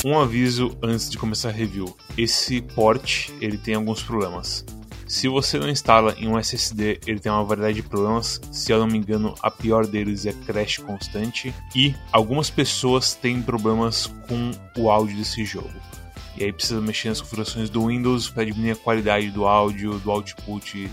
Um aviso antes de começar a review. Esse port, ele tem alguns problemas. Se você não instala em um SSD, ele tem uma variedade de problemas. Se eu não me engano, a pior deles é crash constante. E algumas pessoas têm problemas com o áudio desse jogo. E aí precisa mexer nas configurações do Windows para diminuir a qualidade do áudio, do output,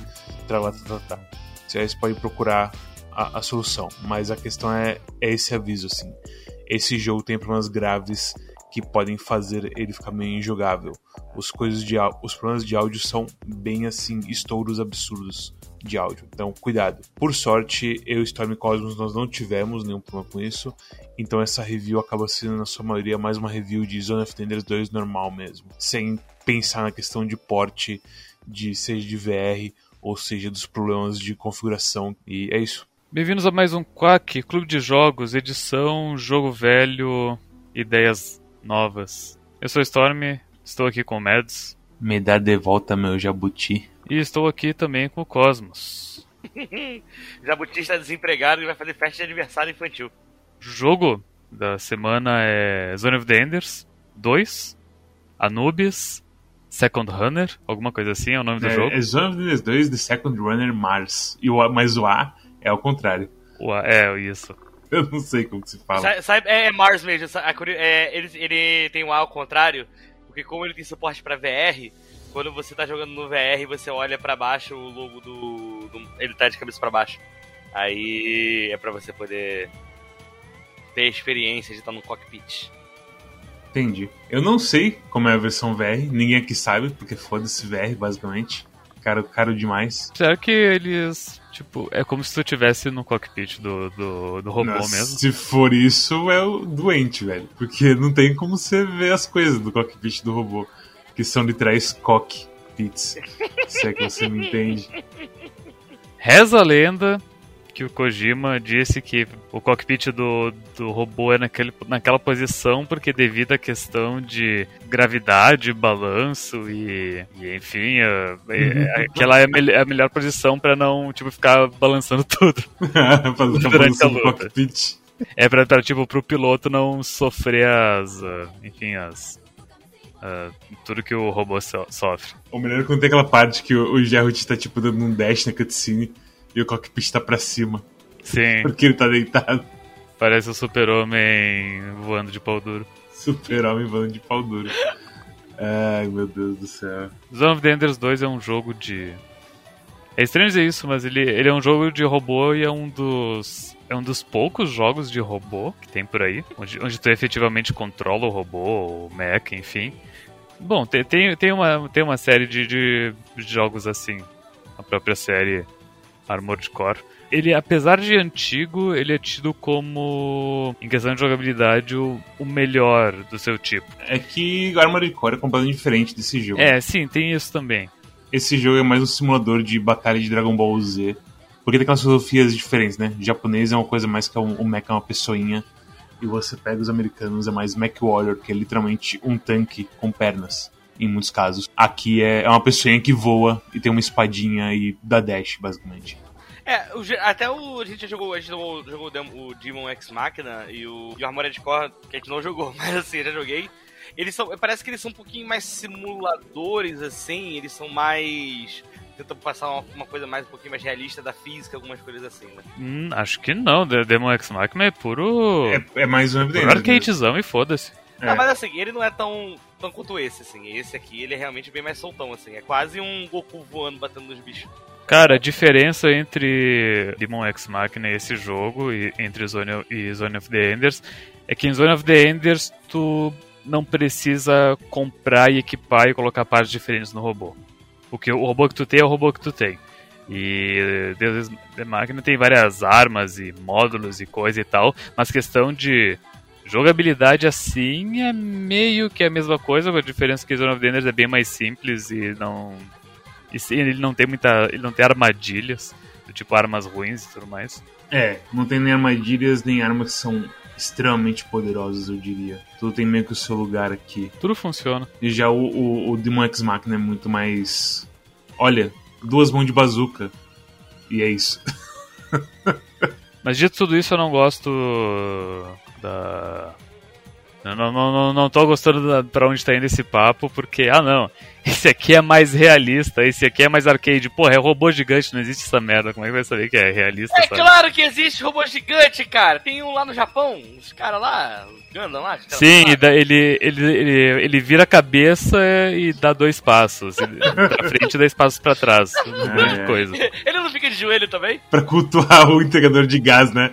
Você pode procurar a solução. Mas a questão é esse aviso, assim. Esse jogo tem problemas graves que podem fazer ele ficar meio injogável. Os problemas de áudio são bem assim, estouros absurdos de áudio. Então, cuidado. Por sorte, eu e Storm Cosmos nós não tivemos nenhum problema com isso. Então essa review acaba sendo, na sua maioria, mais uma review de Zone of the Enders 2 normal mesmo. Sem pensar na questão de porte, seja de VR, ou seja, dos problemas de configuração. E é isso. Bem-vindos a mais um Quack, Clube de Jogos, edição, jogo velho, ideias novas. Eu sou Storm, estou aqui com o Mads. Me dá de volta meu jabuti. E estou aqui também com o Cosmos. Jabuti está desempregado e vai fazer festa de aniversário infantil. O jogo da semana é Zone of the Enders 2, Anubis, Second Runner, alguma coisa assim é o nome do jogo. É Zone of the Enders 2, The Second Runner Mars. Mas o A é ao contrário. Isso. Eu não sei como que se fala. É Mars mesmo. Ele tem um A ao contrário, porque como ele tem suporte pra VR, quando você tá jogando no VR, você olha pra baixo, o logo ele tá de cabeça pra baixo. Aí é pra você poder ter a experiência de estar no cockpit. Entendi. Eu não sei como é a versão VR, ninguém aqui sabe, porque foda-se VR, basicamente. Caro demais. Será que eles... Tipo, é como se tu estivesse no cockpit do robô mesmo? Se for isso, é o doente, velho. Porque não tem como você ver as coisas do cockpit do robô. Que são literais cockpits. Se é que você me entende. Reza a lenda que o Kojima disse que o cockpit do robô é naquela posição porque devido à questão de gravidade, balanço e enfim, aquela é a melhor posição pra não, tipo, ficar balançando tudo durante a luta. Cockpit. É pra pro piloto não sofrer tudo que o robô sofre. O melhor é quando tem aquela parte que o Geralt tá tipo dando um dash na cutscene e o cockpit tá pra cima. Sim. Porque ele tá deitado. Parece o Super-Homem voando de pau duro. Super-Homem voando de pau duro. Ai, meu Deus do céu. Zone of the Enders 2 é um jogo de... É estranho dizer isso, mas ele é um jogo de robô e é um dos poucos jogos de robô que tem por aí, onde tu efetivamente controla o robô, o mecha, enfim. Bom, tem uma série de jogos assim, a própria série Armored Core. Ele, apesar de antigo, ele é tido como, em questão de jogabilidade, o melhor do seu tipo. É que Armored Core é completamente diferente desse jogo. É, sim, tem isso também. Esse jogo é mais um simulador de batalha de Dragon Ball Z. Porque tem aquelas filosofias diferentes, né? O japonês é uma coisa mais que o mecha é uma pessoinha. E você pega os americanos, é mais Mech Warrior, que é literalmente um tanque com pernas, em muitos casos. Aqui é uma pessoinha que voa e tem uma espadinha e dá dash, basicamente. A gente jogou o Demon X Machina e o Armored Core, que a gente não jogou, mas assim, eu já joguei. Parece que eles são um pouquinho mais simuladores, assim, eles são mais... Tentam passar uma coisa um pouquinho mais realista da física, algumas coisas assim, né? Acho que não, Demon X Machina é puro... É mais um evidente. Puro arcadezão e foda-se. Não, mas assim, ele não é tão quanto esse, assim. Esse aqui, ele é realmente bem mais soltão, assim. É quase um Goku voando, batendo nos bichos. Cara, a diferença entre Demon X Machina e esse jogo, entre Zone of the Enders, é que em Zone of the Enders tu não precisa comprar e equipar e colocar partes diferentes no robô. Porque o robô que tu tem é o robô que tu tem. E Deus da Máquina tem várias armas e módulos e coisa e tal, mas questão de jogabilidade assim é meio que a mesma coisa, a diferença é que Zone of the Enders é bem mais simples e ele não tem armadilhas, do tipo armas ruins e tudo mais. Não tem nem armadilhas, nem armas que são extremamente poderosas, eu diria. Tudo tem meio que o seu lugar aqui. Tudo funciona. E já o Demon X Machina é muito mais... Olha, 2 mãos de bazuca. E é isso. Mas dito tudo isso, eu não gosto não tô gostando pra onde tá indo esse papo, porque, não, esse aqui é mais realista, esse aqui é mais arcade. Porra, é robô gigante, não existe essa merda, como é que vai saber que é realista? É claro que existe robô gigante, cara. Tem um lá no Japão, os caras lá, Gundam lá. Sim, ele vira a cabeça e dá 2 passos, pra frente e 2 passos pra trás, um monte de coisa. Ele não fica de joelho também? Pra cultuar o entregador de gás, né?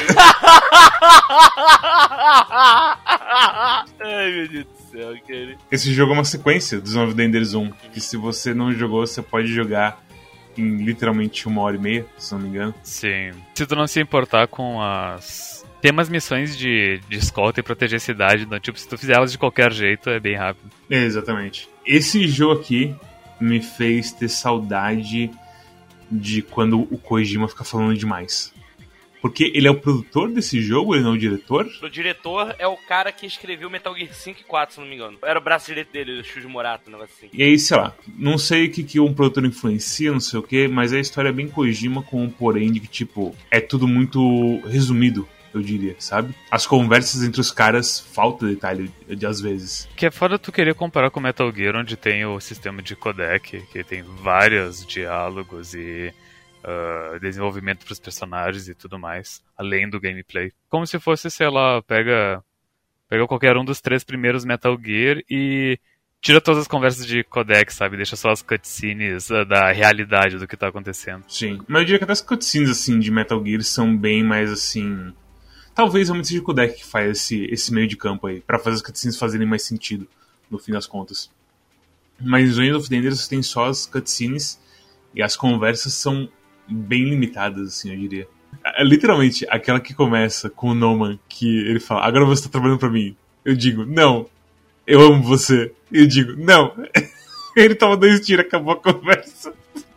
Ai, meu Deus do céu, cara. Esse jogo é uma sequência do Zone of the Enders 1, que se você não jogou, você pode jogar em literalmente 1h30, se não me engano. Sim. Se tu não se importar com as... Tem umas missões de escolta e proteger a cidade, então, tipo, se tu fizer elas de qualquer jeito, é bem rápido. Exatamente. Esse jogo aqui me fez ter saudade de quando o Kojima fica falando demais. Porque ele é o produtor desse jogo, ele não é o diretor? O diretor é o cara que escreveu Metal Gear 5 e 4, se não me engano. Era o braço direito dele, o Shuji Murata, um negócio assim. E aí, sei lá, não sei o que um produtor influencia, não sei o que, mas a história é bem Kojima com um porém de que, tipo, é tudo muito resumido, eu diria, sabe? As conversas entre os caras, falta detalhe às vezes. Que é fora tu querer comparar com Metal Gear, onde tem o sistema de codec, que tem vários diálogos e... desenvolvimento para os personagens e tudo mais, além do gameplay. Como se fosse, sei lá, pega qualquer um dos 3 primeiros Metal Gear e tira todas as conversas de codec, sabe? Deixa só as cutscenes da realidade do que tá acontecendo. Sim, mas eu diria que até as cutscenes, assim, de Metal Gear são bem mais, assim... Talvez realmente seja o codec que faz esse meio de campo aí, pra fazer as cutscenes fazerem mais sentido, no fim das contas. Mas em Zone of the Enders tem só as cutscenes e as conversas são bem limitadas, assim, eu diria. Literalmente, aquela que começa com o Noman, que ele fala, agora você tá trabalhando pra mim. Eu digo, não, eu amo você. Eu digo, não. Ele toma 2 tiros, acabou a conversa.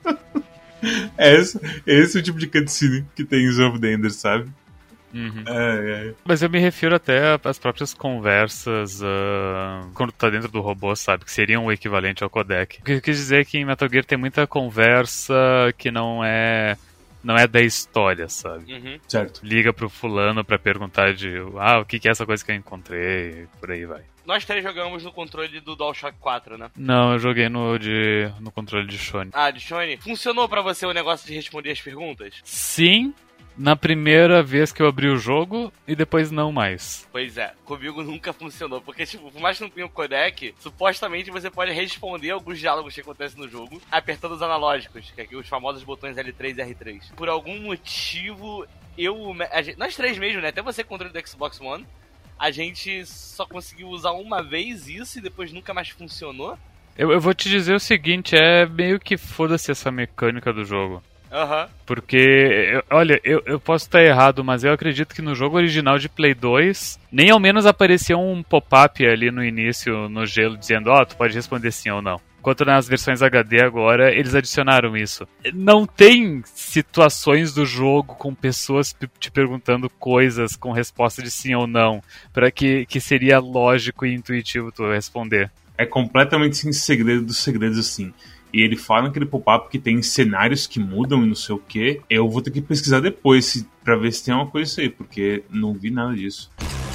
Esse é o tipo de cutscene que tem em Zone of the Enders, sabe? Uhum. Mas eu me refiro até às próprias conversas quando tu tá dentro do robô, sabe? Que seriam o equivalente ao codec. O que eu quis dizer é que em Metal Gear tem muita conversa que não é da história, sabe? Uhum. Certo. Liga pro fulano pra perguntar o que é essa coisa que eu encontrei, e por aí vai. Nós 3 jogamos no controle do DualShock 4, né? Não, eu joguei no controle de Sony. Ah, de Sony? Funcionou pra você o negócio de responder as perguntas? Sim, na primeira vez que eu abri o jogo e depois não mais. Pois é, comigo nunca funcionou, porque, tipo, por mais que não tenha o codec, supostamente você pode responder alguns diálogos que acontecem no jogo apertando os analógicos, que é os famosos botões L3 e R3. Por algum motivo, nós 3 mesmo, né, até você com o controle do Xbox One, a gente só conseguiu usar uma vez isso e depois nunca mais funcionou. Eu vou te dizer o seguinte, é meio que foda-se essa mecânica do jogo. Aham. Porque, olha, eu posso estar errado, mas eu acredito que no jogo original de Play 2, nem ao menos aparecia um pop-up ali no início, no gelo, dizendo, tu pode responder sim ou não. Enquanto nas versões HD agora, eles adicionaram isso. Não tem situações do jogo com pessoas te perguntando coisas com resposta de sim ou não, para que seria lógico e intuitivo tu responder. É completamente sem segredo dos segredos, assim. E ele fala naquele pop-up que tem cenários que mudam e não sei o que. Eu vou ter que pesquisar depois pra ver se tem uma coisa isso aí, porque não vi nada disso.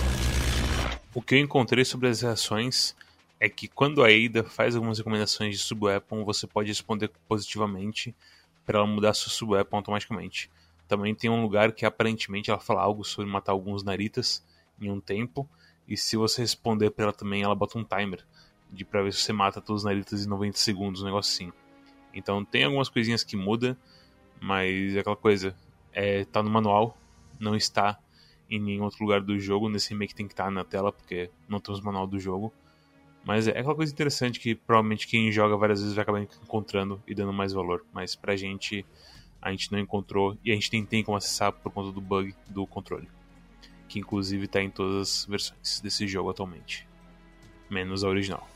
O que eu encontrei sobre as reações é que quando a Ada faz algumas recomendações de subweapon, você pode responder positivamente para ela mudar sua subweapon automaticamente. Também tem um lugar que aparentemente ela fala algo sobre matar alguns naritas em um tempo, e se você responder para ela também, ela bota um timer pra ver se você mata todos os naritas em 90 segundos, um negócio assim. Então tem algumas coisinhas que muda, mas é aquela coisa, tá no manual, não está em nenhum outro lugar do jogo. Nesse remake tem que estar na tela, porque não temos manual do jogo. Mas é aquela coisa interessante que provavelmente quem joga várias vezes vai acabar encontrando e dando mais valor. Mas pra gente, a gente não encontrou, e a gente nem tem como acessar por conta do bug do controle, que inclusive tá em todas as versões desse jogo atualmente, menos a original.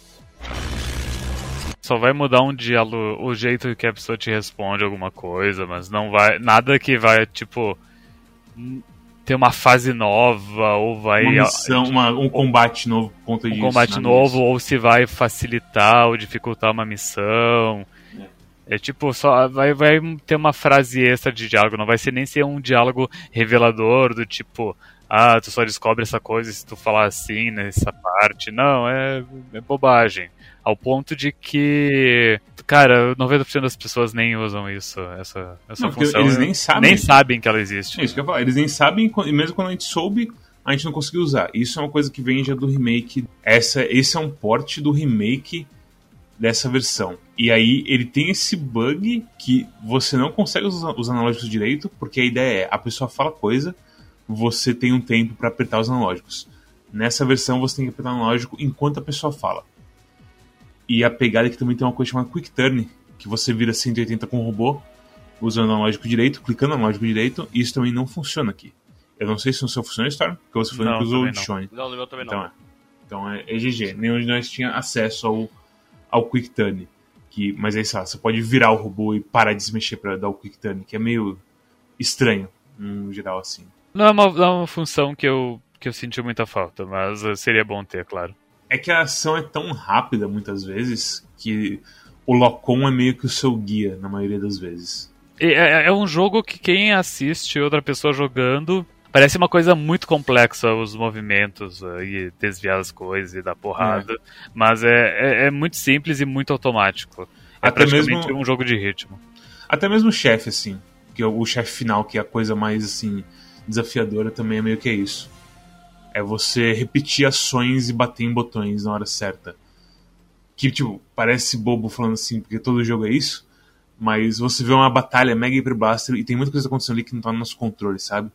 Só vai mudar um diálogo, o jeito que a pessoa te responde alguma coisa, mas não vai, nada que vai, tipo, ter uma fase nova, ou vai... Uma missão, um combate novo por conta disso. Um combate novo, ou se vai facilitar ou dificultar uma missão. É tipo, só vai ter uma frase extra de diálogo, não vai ser nem ser um diálogo revelador do tipo, tu só descobre essa coisa se tu falar assim nessa parte. Não, é bobagem. Ao ponto de que, cara, 90% das pessoas nem usam isso, essa Não, porque função. eles nem sabem que ela existe. É isso que eu ia falar. Eles nem sabem, e mesmo quando a gente soube, a gente não conseguiu usar. Isso é uma coisa que vem já do remake. Esse é um port do remake dessa versão. E aí ele tem esse bug que você não consegue usar os analógicos direito, porque a ideia é, a pessoa fala coisa, você tem um tempo pra apertar os analógicos. Nessa versão você tem que apertar o analógico enquanto a pessoa fala. E a pegada é que também tem uma coisa chamada Quick Turn, que você vira 180 com o robô, usando o analógico direito, clicando no analógico direito, e isso também não funciona aqui. Eu não sei se no seu funciona, Storm, porque você foi no que usou o Shone. Não, no meu também não. Então é GG. Nenhum de nós tinha acesso ao Quick Turn. Mas aí, sei lá, você pode virar o robô e parar de se mexer pra dar o Quick Turn, que é meio estranho, no geral, assim. Não é uma função que eu senti muita falta, mas seria bom ter, claro. É que a ação é tão rápida, muitas vezes, que o Lock-on é meio que o seu guia, na maioria das vezes. É um jogo que quem assiste outra pessoa jogando parece uma coisa muito complexa, os movimentos e desviar as coisas e dar porrada, mas é muito simples e muito automático. É Até praticamente mesmo, um jogo de ritmo. Até mesmo o chefe, assim, que o chefe final, que é a coisa mais, assim, desafiadora, também é meio que isso. É você repetir ações e bater em botões na hora certa. Que, tipo, parece bobo falando assim, porque todo jogo é isso, mas você vê uma batalha mega Hyper Blaster e tem muita coisa acontecendo ali que não tá no nosso controle, sabe?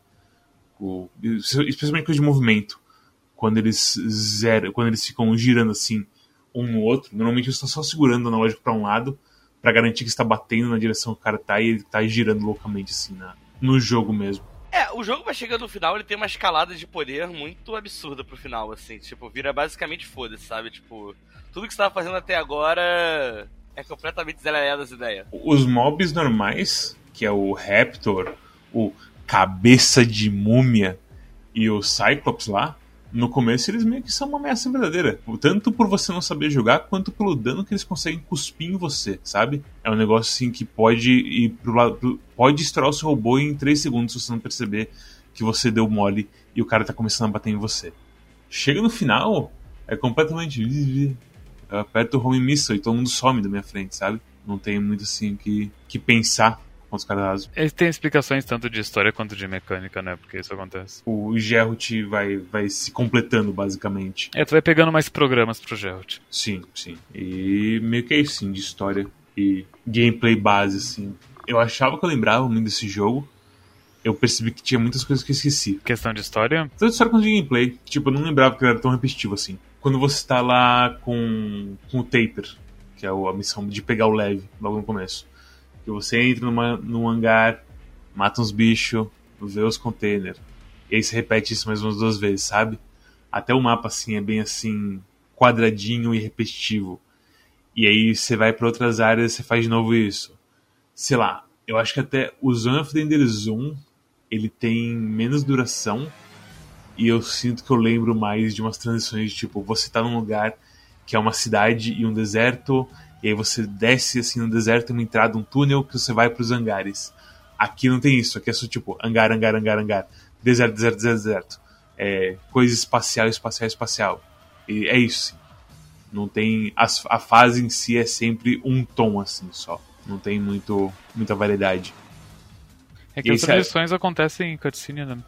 Especialmente coisa de movimento. Quando eles ficam girando assim, um no outro, normalmente você tá só segurando o analógico pra um lado, pra garantir que está batendo na direção que o cara tá e ele tá girando loucamente assim, no jogo mesmo. O jogo vai chegando no final, ele tem uma escalada de poder muito absurda pro final, assim. Tipo, vira basicamente foda-se, sabe? Tipo, tudo que você tava fazendo até agora é completamente zero das ideias. Os mobs normais, que é o Raptor, o Cabeça de Múmia e o Cyclops lá, no começo eles meio que são uma ameaça verdadeira. Tanto por você não saber jogar, quanto pelo dano que eles conseguem cuspir em você, sabe? É um negócio assim que pode ir pro lado. Pode estourar o seu robô em 3 segundos se você não perceber que você deu mole e o cara tá começando a bater em você. Chega no final, é completamente. Eu aperto o home missile e todo mundo some da minha frente, sabe? Não tem muito assim que pensar. Eles têm explicações tanto de história quanto de mecânica, né? Porque isso acontece. O Geralt vai se completando, basicamente. Tu vai pegando mais programas pro Geralt. Sim. E meio que é isso, sim, de história e gameplay base, assim. Eu achava que eu lembrava muito desse jogo. Eu percebi que tinha muitas coisas que eu esqueci. Questão de história? Tanto de história quanto de gameplay. Tipo, eu não lembrava que ele era tão repetitivo assim. Quando você tá lá com o Taper, que é a missão de pegar o leve, logo no começo. Que você entra num hangar, mata uns bichos, vê os containers. E aí você repete isso mais umas 2 vezes, sabe? Até o mapa, assim, é bem assim, quadradinho e repetitivo. E aí você vai pra outras áreas e você faz de novo isso. Sei lá, eu acho que até o Zone of the Enders 1, ele tem menos duração. E eu sinto que eu lembro mais de umas transições de tipo, você tá num lugar que é uma cidade e um deserto. E aí você desce assim no deserto, tem uma entrada, um túnel que você vai pros hangares. Aqui não tem isso, aqui é só tipo hangar. Deserto. Coisa espacial. E é isso, sim. Não tem. A fase em si é sempre um tom assim só. Não tem muita variedade. É que as transições acontecem em cutscene, né?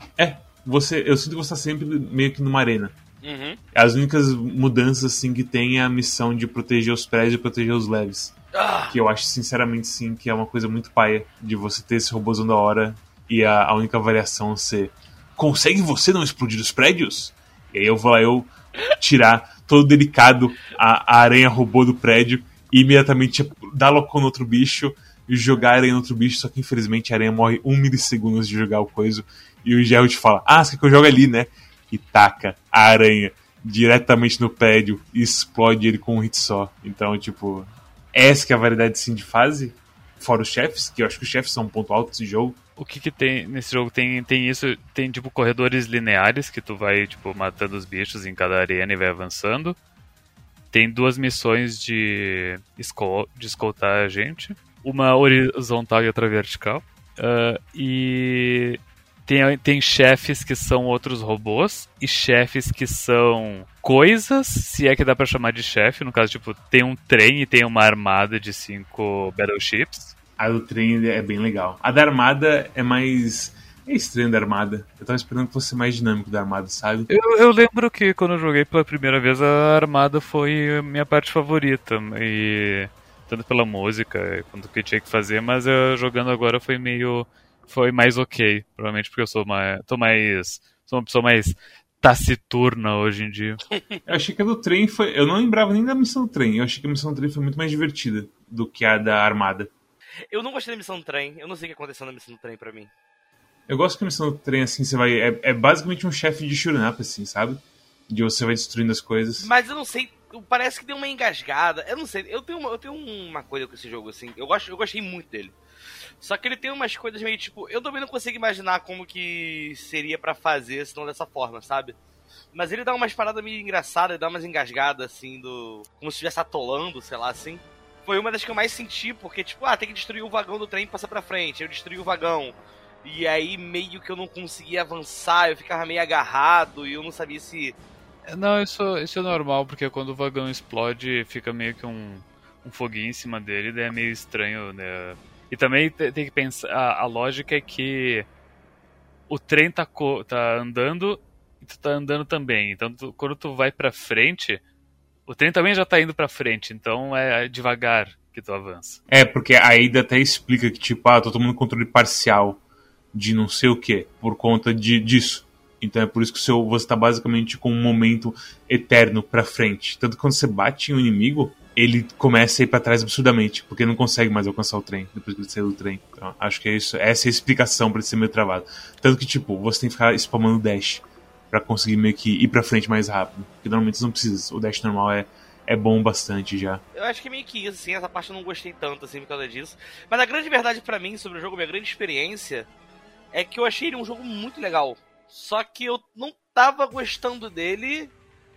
Eu sinto que você tá sempre meio que numa arena. Uhum. As únicas mudanças assim que tem é a missão de proteger os prédios e proteger os leves. Que eu acho sinceramente sim que é uma coisa muito paia de você ter esse robôzão da hora e a única variação ser: consegue você não explodir os prédios? E aí eu vou lá tirar todo delicado a aranha robô do prédio e imediatamente dar lock-on no outro bicho e jogar a aranha no outro bicho, só que infelizmente a aranha morre 1 milissegundos de jogar o coisa e o Geralt fala: você quer que eu jogue ali, né? E taca a aranha diretamente no prédio e explode ele com um hit só. Então, tipo, essa que é a variedade sim de fase, fora os chefes, que eu acho que os chefes são um ponto alto desse jogo. O que tem nesse jogo? Tem isso, tem tipo corredores lineares que tu vai tipo matando os bichos em cada arena e vai avançando. Tem 2 missões de escoltar a gente. Uma horizontal e outra vertical. E tem chefes que são outros robôs e chefes que são coisas, se é que dá pra chamar de chefe. No caso, tipo, tem um trem e tem uma armada de 5 battleships. A do trem é bem legal. A da armada é mais... É estranho da armada. Eu tava esperando que fosse mais dinâmico da armada, sabe? Eu lembro que quando eu joguei pela primeira vez, a armada foi a minha parte favorita. E tanto pela música, quanto o que tinha que fazer, mas jogando agora foi mais ok. Provavelmente porque eu sou uma pessoa mais taciturna hoje em dia. Eu achei que a do trem foi... Eu não lembrava nem da missão do trem. Eu achei que a missão do trem foi muito mais divertida do que a da armada. Eu não gostei da missão do trem. Eu não sei o que aconteceu na missão do trem pra mim. Eu gosto que a missão do trem, assim, você vai... É basicamente um chefe de shoot'em up, assim, sabe? De você vai destruindo as coisas. Mas eu não sei, parece que deu uma engasgada. Eu não sei, eu tenho uma coisa com esse jogo, assim. Eu gostei muito dele. Só que ele tem umas coisas meio tipo... Eu também não consigo imaginar como que seria pra fazer, senão dessa forma, sabe? Mas ele dá umas paradas meio engraçadas, dá umas engasgadas, assim, como se estivesse atolando, sei lá, assim. Foi uma das que eu mais senti, porque, tipo, tem que destruir o vagão do trem e passar pra frente. Eu destruí o vagão. E aí meio que eu não conseguia avançar, eu ficava meio agarrado e eu não sabia se... Não, isso é normal, porque quando o vagão explode, fica meio que um foguinho em cima dele, daí é meio estranho, né? E também tem que pensar, a lógica é que o trem tá andando e tu tá andando também. Então quando tu vai pra frente, o trem também já tá indo pra frente, então é devagar que tu avança. É, porque a Ada até explica que, tipo, tô tomando controle parcial de não sei o que, por conta disso. Então é por isso que você tá basicamente com um momento eterno pra frente. Tanto que quando você bate em um inimigo, ele começa a ir pra trás absurdamente, porque não consegue mais alcançar o trem, depois que ele saiu do trem. Então acho que é isso, essa é a explicação pra ele ser meio travado. Tanto que, tipo, você tem que ficar spamando dash pra conseguir meio que ir pra frente mais rápido. Porque normalmente você não precisa, o dash normal é bom bastante já. Eu acho que é meio que isso, assim, essa parte eu não gostei tanto, assim, por causa disso. Mas a grande verdade pra mim sobre o jogo, minha grande experiência... é que eu achei ele um jogo muito legal. Só que eu não tava gostando dele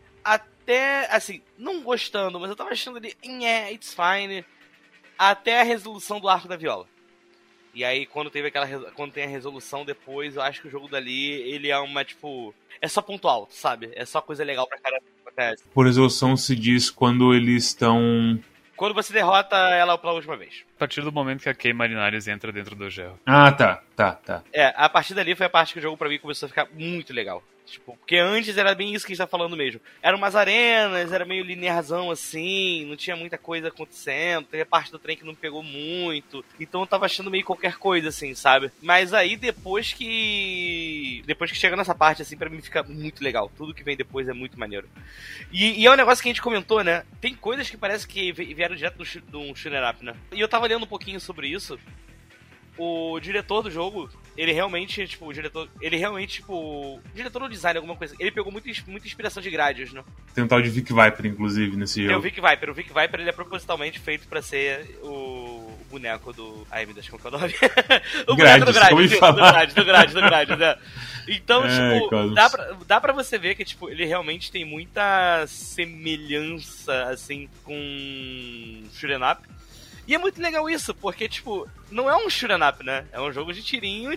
até... Assim, não gostando, mas eu tava achando ele... it's fine. Até a resolução do arco da viola. E aí, quando tem a resolução depois, eu acho que o jogo dali, ele é uma, tipo... É só ponto alto, sabe? É só coisa legal pra caramba que acontece. Por resolução se diz quando eles estão... Quando você derrota ela pela última vez. A partir do momento que a Kay Marinares entra dentro do gel. Ah, tá. A partir dali foi a parte que o jogo pra mim começou a ficar muito legal. Tipo, porque antes era bem isso que a gente tá falando mesmo. Eram umas arenas, era meio linearzão assim, não tinha muita coisa acontecendo, teve a parte do trem que não pegou muito, então eu tava achando meio qualquer coisa assim, sabe? Mas aí depois que chega nessa parte assim, pra mim fica muito legal. Tudo que vem depois é muito maneiro. E é um negócio que a gente comentou, né? Tem coisas que parece que vieram direto do um shooter up, né? E eu tava lendo um pouquinho sobre isso. O diretor do jogo, ele realmente, o diretor do design, alguma coisa, ele pegou muita inspiração de Gradius, né? Tem um tal de Vic Viper, inclusive, nesse jogo. Tem o Vic Viper, ele é propositalmente feito pra ser o boneco do... Ai, me deixa, como é o nome? O boneco do Gradius, né? Então, dá pra você ver que, ele realmente tem muita semelhança, assim, com shoot'em up. E é muito legal isso, porque, não é um shoot'em up, né? É um jogo de tirinho,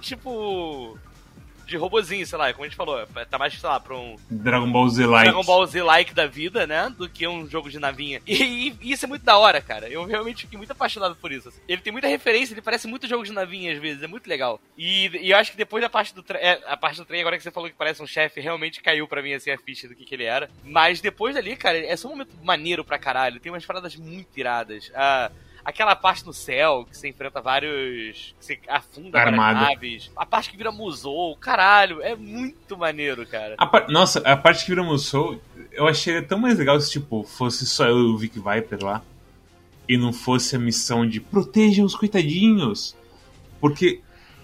de robozinho, sei lá, como a gente falou. Tá mais, sei lá, pra um... Dragon Ball Z-like. Dragon Ball Z-like da vida, né? Do que um jogo de navinha. E isso é muito da hora, cara. Eu realmente fiquei muito apaixonado por isso. Assim. Ele tem muita referência, ele parece muito jogo de navinha às vezes. É muito legal. E eu acho que depois da parte do trem... a parte do trem, agora que você falou que parece um chefe, realmente caiu pra mim, assim, a ficha do que ele era. Mas depois dali, cara, é só um momento maneiro pra caralho. Tem umas paradas muito iradas. Aquela parte no céu, que você enfrenta vários... Que você afunda várias naves. A parte que vira Musou. Caralho, é muito maneiro, cara. Nossa, a parte que vira Musou, eu achei tão mais legal se, fosse só eu e o Vic Viper lá. E não fosse a missão de proteja os coitadinhos. Porque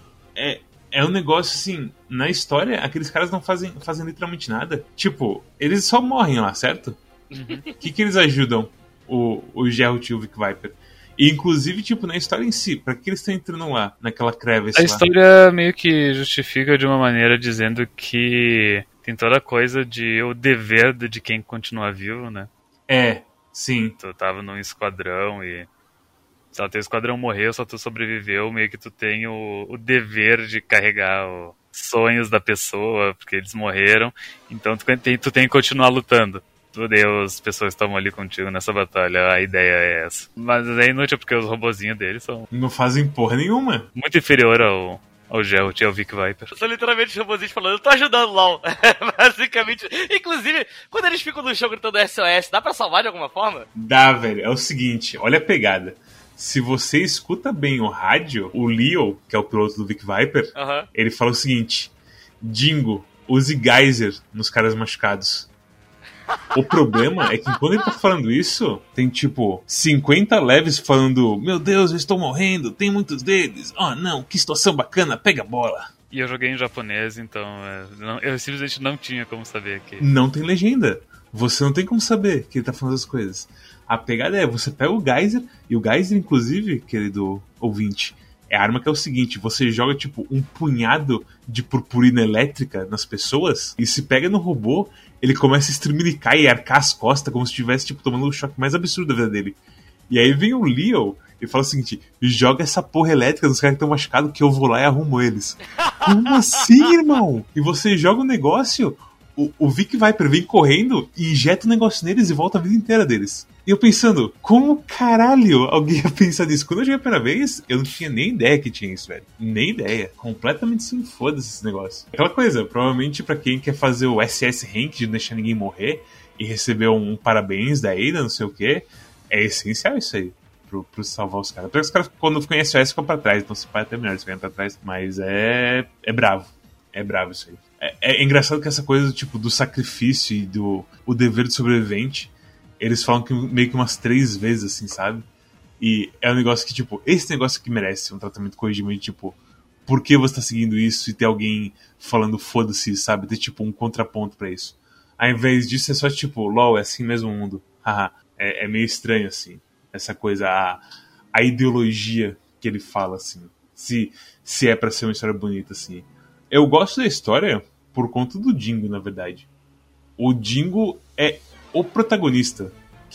é um negócio, assim... Na história, aqueles caras não fazem literalmente nada. Eles só morrem lá, certo? O que eles ajudam o Geralt e o Vic Viper? E, inclusive, na história em si, pra que eles estão entrando lá, naquela crevice lá? A história meio que justifica de uma maneira dizendo que tem toda a coisa de o dever de quem continua vivo, né? É, sim. Tu tava num esquadrão e... Se o teu esquadrão morreu, só tu sobreviveu, meio que tu tem o dever de carregar sonhos da pessoa, porque eles morreram, então tu tem que continuar lutando. As pessoas estavam ali contigo nessa batalha, a ideia é essa. Mas é inútil porque os robozinhos deles são... Não fazem porra nenhuma. Muito inferior ao Geralt e ao Vic Viper. São literalmente os robozinhos falando, eu tô ajudando, LOL. Basicamente. Inclusive, quando eles ficam no chão gritando SOS, dá pra salvar de alguma forma? Dá, velho. É o seguinte, olha a pegada. Se você escuta bem o rádio, o Leo, que é o piloto do Vic Viper, ele fala o seguinte: Dingo, use geyser nos caras machucados. O problema é que quando ele tá falando isso, tem tipo 50 leves falando: meu Deus, eu estou morrendo, tem muitos deles. Oh não, que situação bacana, pega a bola. E eu joguei em japonês, então eu simplesmente não tinha como saber que... Não tem legenda. Você não tem como saber que ele tá falando as coisas. A pegada é, você pega o geyser, e o geyser, inclusive, querido ouvinte, é a arma que é o seguinte: você joga tipo um punhado de purpurina elétrica nas pessoas, e se pega no robô, ele começa a estremelicar e arcar as costas como se estivesse tipo, tomando o choque mais absurdo da vida dele. E aí vem o Leo e fala o seguinte: joga essa porra elétrica nos caras que estão machucados que eu vou lá e arrumo eles. Como assim, irmão? E você joga o negócio, o Vic Viper vem correndo e injeta o negócio neles e volta a vida inteira deles. E eu pensando, como caralho alguém ia pensar nisso? Quando eu joguei a primeira vez, eu não tinha nem ideia que tinha isso, velho. Nem ideia. Completamente sem foda-se esse negócio. Aquela coisa, provavelmente pra quem quer fazer o SS Rank de não deixar ninguém morrer e receber um parabéns da Ada, não sei o que, é essencial isso aí. Pro salvar os caras. Porque os caras, quando ficam em SOS, ficam pra trás. Então se pode até melhor, eles ficam pra trás. Mas é bravo. É bravo isso aí. É engraçado que essa coisa tipo, do sacrifício e o dever de sobrevivente, eles falam que meio que umas 3 vezes, assim, sabe? E é um negócio que, tipo, esse negócio que merece um tratamento corrigido de, tipo, por que você tá seguindo isso e ter alguém falando foda-se, sabe? Ter, tipo, um contraponto pra isso. Ao invés disso, é só, tipo, LOL, é assim mesmo o mundo. Haha. É meio estranho, assim. Essa coisa, a ideologia que ele fala, assim. Se é pra ser uma história bonita, assim. Eu gosto da história por conta do Dingo, na verdade. O Dingo é o protagonista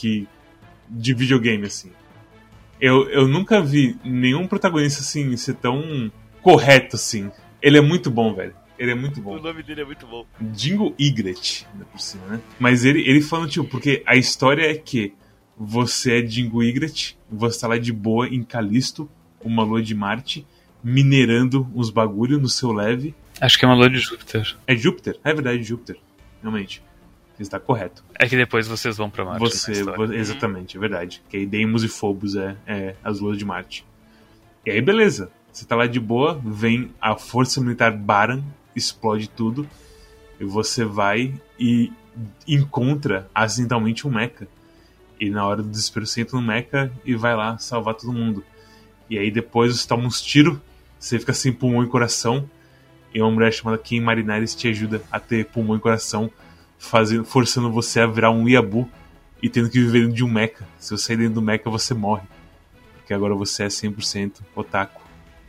de videogame, assim. Eu nunca vi nenhum protagonista, assim, ser tão correto, assim. Ele é muito bom, velho. Ele é muito bom. O nome dele é muito bom. Dingo Ygritte, por cima, né? Mas ele falando, tipo, porque a história é que você é Dingo Ygritte, você tá lá de boa em Calisto, uma lua de Marte, minerando uns bagulho no seu leve. Acho que é uma lua de Júpiter. É Júpiter? É verdade, Júpiter. Realmente. Está correto. É que depois vocês vão pra Marte. Exatamente, é verdade. Que aí Deimos e Phobos é as luas de Marte. E aí, beleza. Você tá lá de boa, vem a força militar Baran, explode tudo, e você vai e encontra acidentalmente um mecha. E na hora do desespero você entra no mecha e vai lá salvar todo mundo. E aí depois você toma uns tiros, você fica sem pulmão e coração, e uma mulher chamada Kim Marinares te ajuda a ter pulmão e coração, forçando você a virar um Yabu e tendo que viver dentro de um mecha. Se você sair dentro do mecha, você morre. Porque agora você é 100% otaku.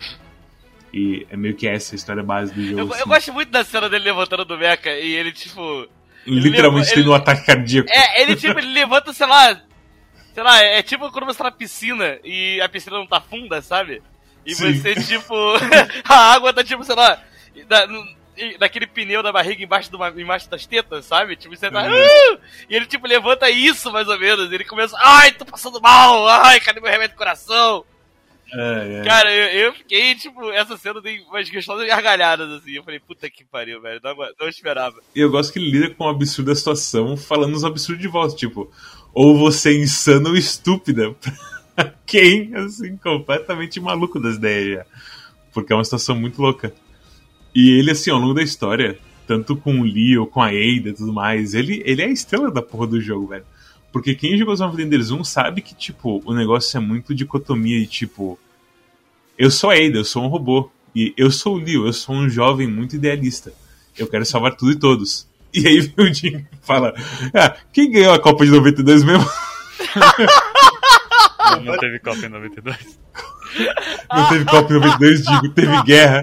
E é meio que essa a história base do jogo. Eu gosto muito da cena dele levantando do mecha e ele, tipo... Literalmente tendo um ataque cardíaco. Ele levanta, sei lá, é tipo quando você tá na piscina e a piscina não tá funda, sabe? E sim. Você, tipo, a água tá, tipo, sei lá, naquele pneu da barriga embaixo das tetas, sabe? Tipo, você tá... E ele, tipo, levanta isso, mais ou menos. Ele começa, ai, tô passando mal, ai, cadê meu remédio do coração? Cara, eu fiquei, tipo, essa cena tem umas questões gargalhadas, assim. Eu falei, puta que pariu, velho, não esperava. E eu gosto que ele lida com o absurdo da situação, falando uns absurdos de volta, tipo, ou você é insano ou estúpida. Pra quem, assim, completamente maluco das ideias já. Porque é uma situação muito louca. E ele, assim, ao longo da história, tanto com o Leo, com a Ada e tudo mais, ele é a estrela da porra do jogo, velho. Porque quem jogou Zone of the Enders 1 sabe que, tipo, o negócio é muito dicotomia e, tipo, eu sou a Ada, eu sou um robô. E eu sou o Leo, eu sou um jovem muito idealista. Eu quero salvar tudo e todos. E aí vem o Jim e fala, quem ganhou a Copa de 92 mesmo? Não teve Copa em 92. Não teve Copa em 92, digo, teve guerra.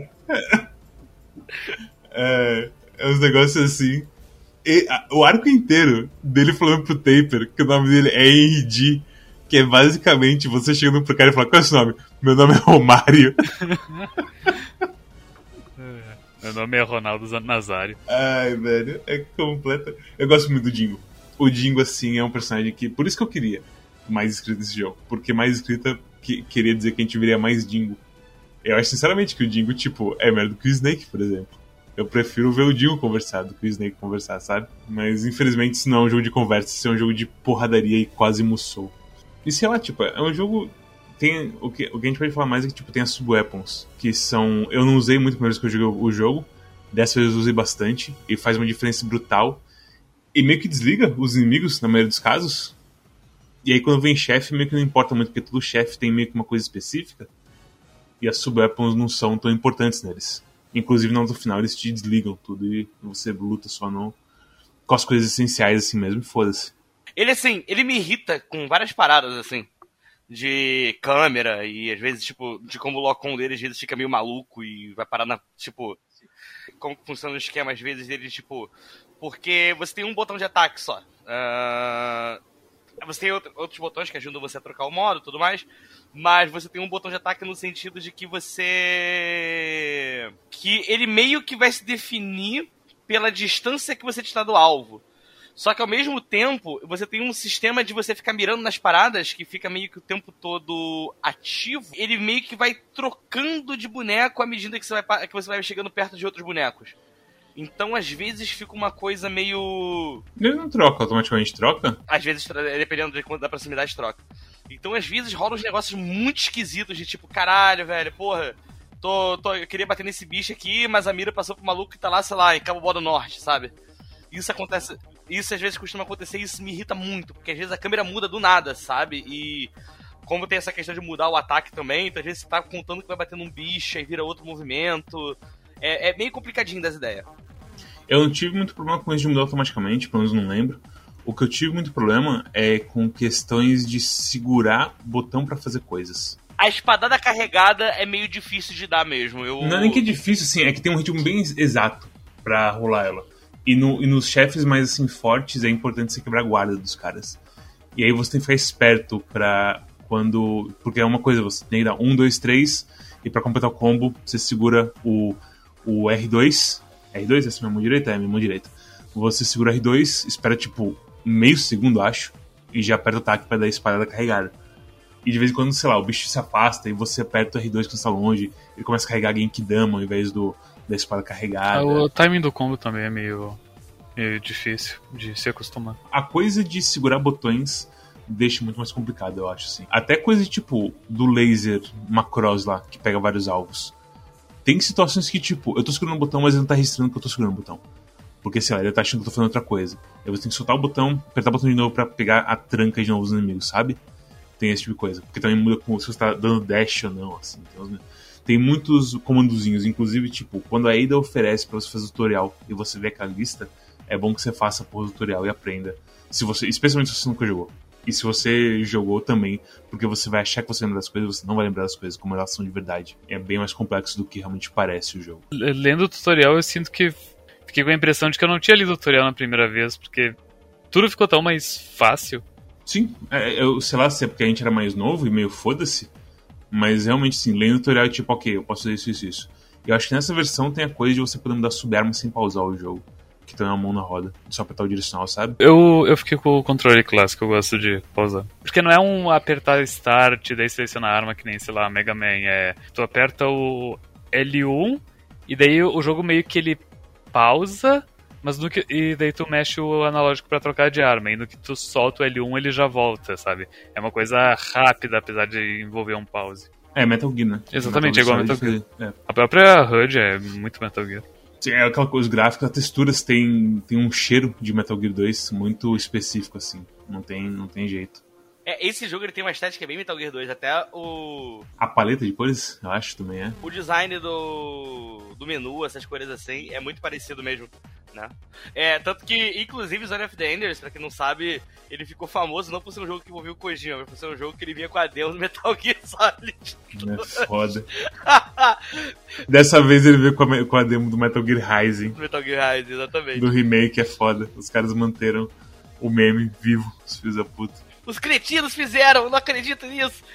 É uns negócios assim. E, o arco inteiro dele falando pro Taper que o nome dele é Henry D, que é basicamente você chegando pro cara e falando, qual é o seu nome? Meu nome é Romário. Meu nome é Ronaldo Nazário. Ai, velho, é completo. Eu gosto muito do Dingo. O Dingo, assim, é um personagem que... Por isso que eu queria mais escrita nesse jogo. Porque mais escrita queria dizer que a gente viria mais Dingo. Eu acho, sinceramente, que o Dingo, tipo, é melhor do que o Snake, por exemplo. Eu prefiro ver o Dingo conversar do que o Snake conversar, sabe? Mas, infelizmente, isso não é um jogo de conversa. Isso é um jogo de porradaria e quase Musou. E sei lá, tipo, é um jogo... Tem, o que a gente pode falar mais é que, tipo, tem as sub-weapons, que são... Eu não usei muito a primeira vez que eu joguei o jogo. Dessa vez eu usei bastante. E faz uma diferença brutal. E meio que desliga os inimigos, na maioria dos casos. E aí quando vem chefe, meio que não importa muito, porque todo chefe tem meio que uma coisa específica. E as sub-weapons não são tão importantes neles. Inclusive, no final, eles te desligam tudo e você luta só com as coisas essenciais assim mesmo e foda-se. Ele, assim, ele me irrita com várias paradas, assim, de câmera e, às vezes, tipo, de como o lock-on dele, às vezes, fica meio maluco e vai parar na, tipo... Como funciona o esquema, às vezes, dele, tipo... Porque você tem um botão de ataque só. Você tem outros botões que ajudam você a trocar o modo e tudo mais, mas você tem um botão de ataque no sentido de que que ele meio que vai se definir pela distância que você está do alvo. Só que ao mesmo tempo, você tem um sistema de você ficar mirando nas paradas, que fica meio que o tempo todo ativo. Ele meio que vai trocando de boneco à medida que você vai chegando perto de outros bonecos. Então, às vezes, fica uma coisa meio... Ele não troca, automaticamente troca? Às vezes, dependendo da proximidade, troca. Então, às vezes, rolam uns negócios muito esquisitos, de tipo, caralho, velho, porra, eu queria bater nesse bicho aqui, mas a mira passou pro maluco que tá lá, sei lá, em Cabo Boa do Norte, sabe? Isso acontece... Isso, às vezes, costuma acontecer e isso me irrita muito, porque às vezes a câmera muda do nada, sabe? E... Como tem essa questão de mudar o ataque também, então às vezes você tá contando que vai bater num bicho, aí vira outro movimento... É meio complicadinho das ideias. Eu não tive muito problema com isso de mudar automaticamente, pelo menos não lembro. O que eu tive muito problema é com questões de segurar botão pra fazer coisas. A espadada carregada é meio difícil de dar mesmo. Não é nem que é difícil, assim, é que tem um ritmo bem exato pra rolar ela. E nos chefes mais assim fortes é importante você quebrar a guarda dos caras. E aí você tem que ficar esperto pra quando... Porque é uma coisa, você tem que dar 1, 2, 3 e pra completar o combo você segura o R2. R2 é essa minha mão direita? É minha mão direita. Você segura o R2, espera tipo meio segundo, acho, e já aperta o ataque pra dar a espadada carregada. E de vez em quando, sei lá, o bicho se afasta e você aperta o R2 quando está longe, ele começa a carregar Genkidama ao invés da espada carregada. O timing do combo também é meio difícil de se acostumar. A coisa de segurar botões deixa muito mais complicado, eu acho, assim. Até coisa tipo do laser Macross lá, que pega vários alvos. Tem situações que, tipo, eu tô segurando o botão, mas ele não tá registrando que eu tô segurando o botão. Porque, sei lá, ele tá achando que eu tô fazendo outra coisa. Aí você tem que soltar o botão, apertar o botão de novo pra pegar a tranca de novo dos inimigos, sabe? Tem esse tipo de coisa. Porque também muda se você tá dando dash ou não, assim. Tem muitos comandozinhos, inclusive, tipo, quando a Ada oferece pra você fazer o tutorial e você vê aquela lista, é bom que você faça por tutorial e aprenda. Especialmente se você nunca jogou. E se você jogou também, porque você vai achar que você lembra das coisas, você não vai lembrar das coisas como elas são de verdade. É bem mais complexo do que realmente parece o jogo. Lendo o tutorial, eu sinto que fiquei com a impressão de que eu não tinha lido o tutorial na primeira vez, porque tudo ficou tão mais fácil. Sim, eu sei lá se é porque a gente era mais novo e meio foda-se, mas realmente sim, lendo o tutorial é tipo, ok, eu posso fazer isso. E eu acho que nessa versão tem a coisa de você poder mudar sub-arma sem pausar o jogo. Que tem uma mão na roda, só apertar o direcional, sabe? Eu fiquei com o controle clássico, eu gosto de pausar. Porque não é um apertar start e daí seleciona a arma que nem, sei lá, Mega Man. Tu aperta o L1 e daí o jogo meio que ele pausa, e daí tu mexe o analógico pra trocar de arma. E no que tu solta o L1 ele já volta, sabe? É uma coisa rápida, apesar de envolver um pause. É Metal Gear, né? Exatamente, é igual a Metal Gear. A própria HUD é muito Metal Gear. É aquela coisa, os gráficos, as texturas tem um cheiro de Metal Gear 2 muito específico, assim. Não tem jeito. Esse jogo ele tem uma estética bem Metal Gear 2, até o... A paleta de cores, eu acho, também é. O design do menu, essas cores assim, é muito parecido mesmo, né? Tanto que, inclusive, Zone of the Enders, pra quem não sabe, ele ficou famoso não por ser um jogo que envolvia o Kojima, mas por ser um jogo que ele vinha com a demo do Metal Gear Solid. É foda. Dessa vez ele veio com a demo do Metal Gear Rising. Metal Gear Rising, exatamente. Do remake, é foda. Os caras manteram o meme vivo, os filhos da puta. os cretinos fizeram, eu não acredito nisso.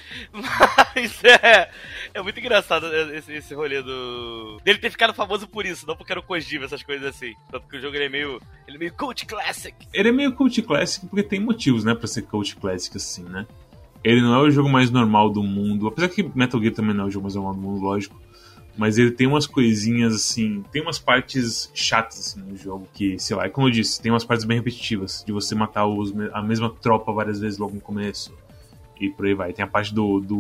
Mas é muito engraçado esse rolê dele ter ficado famoso por isso, não porque era o Kojima, essas coisas assim. Só porque o jogo ele é meio cult classic. Ele é meio cult classic porque tem motivos, né, pra ser cult classic assim, né? Ele não é o jogo mais normal do mundo, apesar que Metal Gear também não é o jogo mais normal do mundo, lógico. Mas ele tem umas coisinhas assim, tem umas partes chatas assim no jogo que, sei lá, é como eu disse, tem umas partes bem repetitivas, de você matar a mesma tropa várias vezes logo no começo. E por aí vai. Tem a parte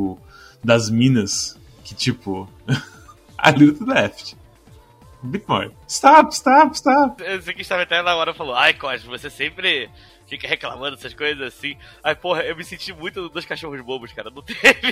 das minas, que tipo, a little to the left. A bit more. Stop. Eu sei que estava até na hora falou, ai, Cosmo, você sempre fica reclamando dessas coisas assim. Aí, porra, eu me senti muito dos cachorros bobos, cara. Não teve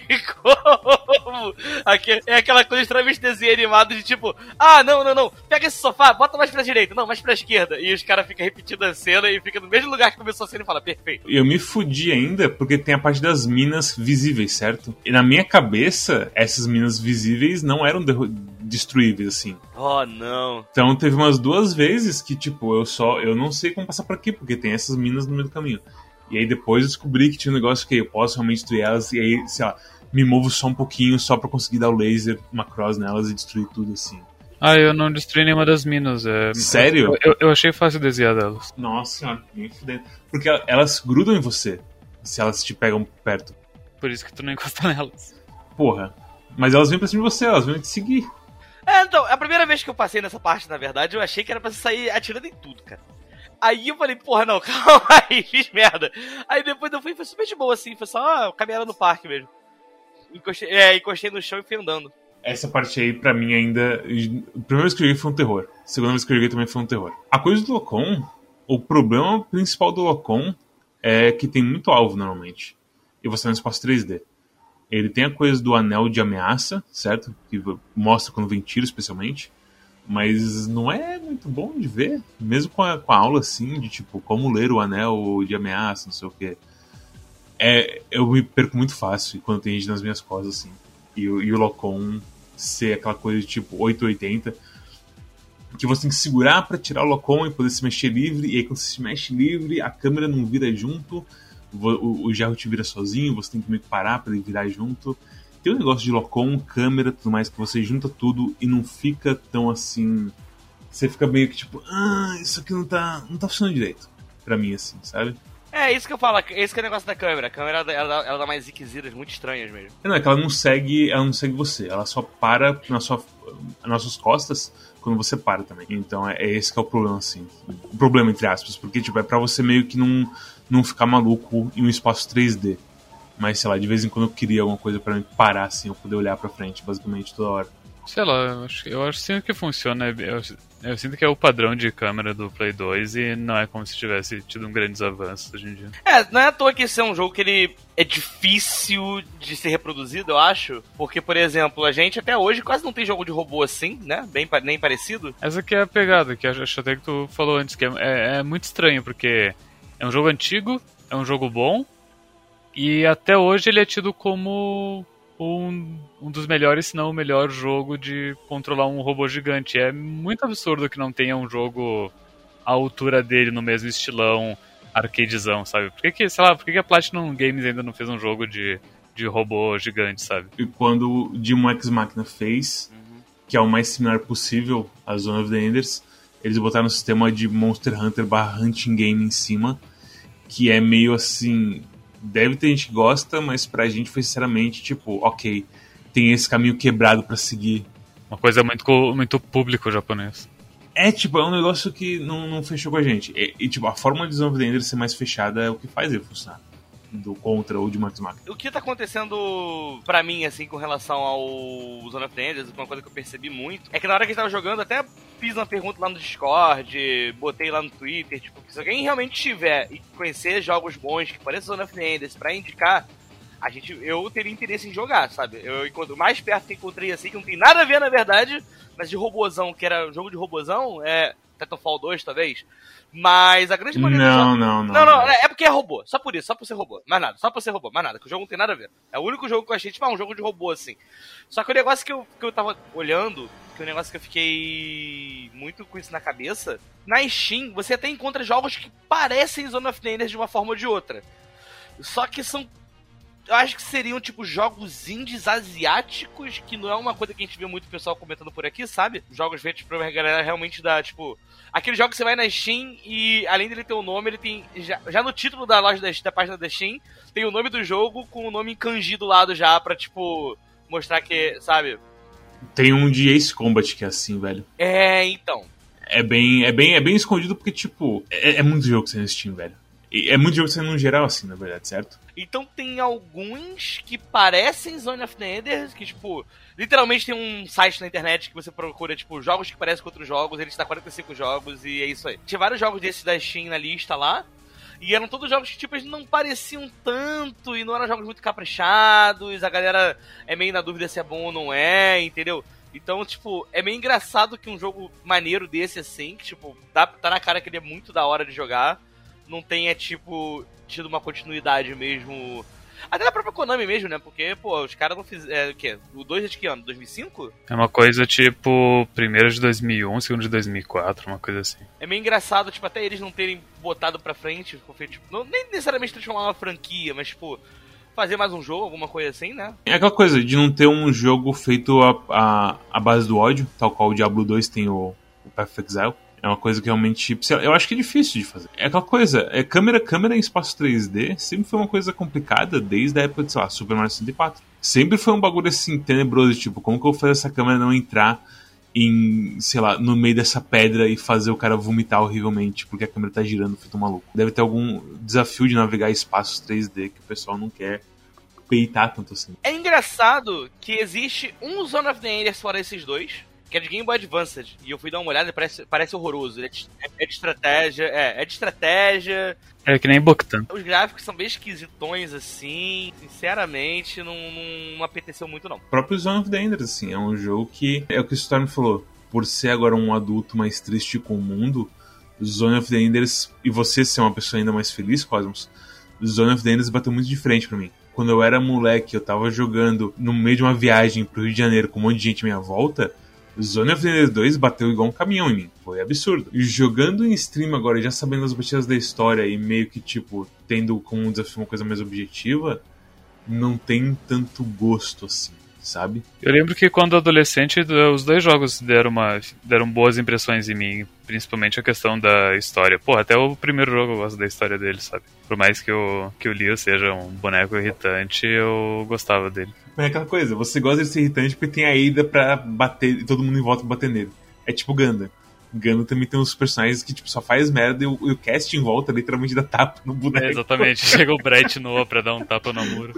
como. É aquela coisa extremamente desenho animado de tipo, não. Pega esse sofá, bota mais pra direita, não, mais pra esquerda. E os caras ficam repetindo a cena e fica no mesmo lugar que começou a cena e fala, perfeito. Eu me fudi ainda porque tem a parte das minas visíveis, certo? E na minha cabeça, essas minas visíveis não eram destruíveis, assim. Oh, não. Então teve umas 2 vezes que, tipo, eu não sei como passar por aqui, porque tem essas minas no meio do caminho. E aí depois eu descobri que tinha um negócio que eu posso realmente destruir elas, e aí, sei lá, me movo só um pouquinho, só pra conseguir dar o laser, uma cross nelas e destruir tudo, assim. Eu não destruí nenhuma das minas. Sério? Eu achei fácil desviar delas. Nossa senhora, nem fudendo. Porque elas grudam em você, se elas te pegam perto. Por isso que tu não encosta nelas. Porra. Mas elas vêm pra cima de você, elas vêm te seguir. Então, a primeira vez que eu passei nessa parte, na verdade, eu achei que era pra você sair atirando em tudo, cara. Aí eu falei, porra, não, calma aí, fiz merda. Aí depois eu fui, foi super de boa, assim, foi só caminhar no parque mesmo. Encostei no chão e fui andando. Essa parte aí, pra mim, ainda... A primeira vez que eu joguei foi um terror. A segunda vez que eu joguei também foi um terror. A coisa do Locom, o problema principal do Locom é que tem muito alvo, normalmente. E você tá no espaço 3D. Ele tem a coisa do anel de ameaça, certo? Que mostra quando vem tiro, especialmente. Mas não é muito bom de ver. Mesmo com a aula, assim, de tipo, como ler o anel de ameaça, não sei o quê. Eu me perco muito fácil quando tem gente nas minhas costas, assim. E o Locom ser aquela coisa de tipo 880, que você tem que segurar pra tirar o Locom e poder se mexer livre. E aí quando você se mexe livre, a câmera não vira junto. O Gerro te vira sozinho, você tem que meio que parar pra ele virar junto. Tem um negócio de Locom, câmera, tudo mais, que você junta tudo e não fica tão assim... Você fica meio que tipo, isso aqui não tá funcionando direito. Pra mim, assim, sabe? É isso que eu falo, esse que é o negócio da câmera. A câmera, ela dá mais ziquezidas muito estranhas mesmo. Não, é que ela não segue você. Ela só para nas suas costas quando você para também. Então é esse que é o problema, assim. O problema, entre aspas, porque tipo, é pra você meio que não ficar maluco em um espaço 3D. Mas, sei lá, de vez em quando eu queria alguma coisa pra me parar, assim, eu poder olhar pra frente, basicamente, toda hora. Sei lá, eu acho sim que funciona. Eu sinto que é o padrão de câmera do Play 2 e não é como se tivesse tido grandes avanços hoje em dia. Não é à toa que esse é um jogo que ele é difícil de ser reproduzido, eu acho. Porque, por exemplo, a gente até hoje quase não tem jogo de robô assim, né? Nem parecido. Essa aqui é a pegada, que acho até que tu falou antes, que é muito estranho, porque é um jogo antigo, é um jogo bom, e até hoje ele é tido como um dos melhores, se não o melhor jogo de controlar um robô gigante. É muito absurdo que não tenha um jogo à altura dele, no mesmo estilão arcadezão, sabe? Por que a Platinum Games ainda não fez um jogo de robô gigante, sabe? E quando o Demon X Machina fez, que é o mais similar possível a Zone of the Enders, eles botaram um sistema de Monster Hunter / Hunting Game em cima, que é meio assim... Deve ter gente que gosta, mas pra gente foi sinceramente tipo, ok, tem esse caminho quebrado pra seguir. Uma coisa muito público japonês. Tipo, é um negócio que não fechou com a gente. E tipo, a forma de Zone of the Enders ser mais fechada é o que faz ele funcionar. Do Contra ou de Max Machina. O que tá acontecendo pra mim, assim, com relação ao Zone of the Enders, uma coisa que eu percebi muito, é que na hora que a gente tava jogando, até fiz uma pergunta lá no Discord, botei lá no Twitter, tipo, se alguém realmente tiver e conhecer jogos bons que pareçam Zone of the Enders pra indicar, eu teria interesse em jogar, sabe? O mais perto que encontrei, assim, que não tem nada a ver, na verdade, mas de robozão, que era um jogo de robozão, Titanfall 2, talvez. Mas a grande maioria Não, é porque é robô. Só por isso, só por ser robô. Mais nada, só por ser robô, mais nada. Que o jogo não tem nada a ver. É o único jogo que eu achei, tipo, um jogo de robô, assim. Só que o negócio que eu tava olhando, que o negócio que eu fiquei muito com isso na cabeça, na Steam, você até encontra jogos que parecem Zone of the Enders de uma forma ou de outra. Só que são... Eu acho que seriam, tipo, jogos indies asiáticos, que não é uma coisa que a gente vê muito pessoal comentando por aqui, sabe? Jogos feitos pra uma galera realmente da, tipo... Aquele jogo que você vai na Steam e, além dele ter o nome, ele tem... Já no título da loja da página da Steam, tem o nome do jogo com o nome em kanji do lado já, pra, tipo, mostrar que, sabe? Tem um de Ace Combat que é assim, velho. Então. É bem escondido porque, tipo, é muito jogo que você no Steam, velho. E é muito jogo que você no geral, assim, na verdade, certo? Então tem alguns que parecem Zone of the Enders, que, tipo, literalmente tem um site na internet que você procura, tipo, jogos que parecem com outros jogos, ele te dá 45 jogos e é isso aí. Tinha vários jogos desses da Steam na lista lá, e eram todos jogos que, tipo, eles não pareciam tanto, e não eram jogos muito caprichados, a galera é meio na dúvida se é bom ou não é, entendeu? Então, tipo, é meio engraçado que um jogo maneiro desse, assim, que, tipo, tá na cara que ele é muito da hora de jogar, não tenha, tipo, tido uma continuidade mesmo. Até na própria Konami mesmo, né? Porque, pô, os caras não fizeram... o quê? O 2 é de que ano? 2005? É uma coisa tipo, primeiro de 2001, segundo de 2004, uma coisa assim. É meio engraçado, tipo, até eles não terem botado pra frente, tipo, não, nem necessariamente transformar uma franquia, mas, tipo, fazer mais um jogo, alguma coisa assim, né? É aquela coisa de não ter um jogo feito à base do ódio, tal qual o Diablo 2 tem o Path of Exile. É uma coisa que realmente, eu acho que é difícil de fazer. É aquela coisa, câmera em espaço 3D sempre foi uma coisa complicada desde a época de, sei lá, Super Mario 64. Sempre foi um bagulho assim, tenebroso, tipo, como que eu vou fazer essa câmera não entrar em, sei lá, no meio dessa pedra e fazer o cara vomitar horrivelmente, porque a câmera tá girando feito um maluco. Deve ter algum desafio de navegar espaços 3D que o pessoal não quer peitar tanto assim. É engraçado que existe um Zone of the Enders fora esses dois, que é de Game Boy Advance, e eu fui dar uma olhada e parece horroroso. É de estratégia, é de estratégia. É que nem Boktan. Os gráficos são bem esquisitões, assim, sinceramente, não apeteceu muito, não. O próprio Zone of the Enders, assim, é um jogo que, é o que o Storm falou, por ser agora um adulto mais triste com o mundo, Zone of the Enders, e você ser uma pessoa ainda mais feliz, Cosmos, Zone of the Enders bateu muito de frente pra mim. Quando eu era moleque, eu tava jogando no meio de uma viagem pro Rio de Janeiro com um monte de gente à minha volta, Zone of the Enders 2 bateu igual um caminhão em mim. Foi absurdo. E jogando em stream agora, já sabendo as batidas da história e meio que, tipo, tendo como um desafio uma coisa mais objetiva, não tem tanto gosto assim, sabe? Eu lembro que quando adolescente, os dois jogos deram boas impressões em mim, principalmente a questão da história. Pô, até o primeiro jogo eu gosto da história dele, sabe? Por mais que o Leo seja um boneco irritante, eu gostava dele. É aquela coisa, você gosta de ser irritante porque tem a Ada pra bater, e todo mundo em volta bater nele. É tipo Ganda. Ganda também tem uns personagens que tipo, só faz merda e o cast em volta literalmente dá tapa no boneco. É, exatamente, chega o Bright Noah pra dar um tapa no muro.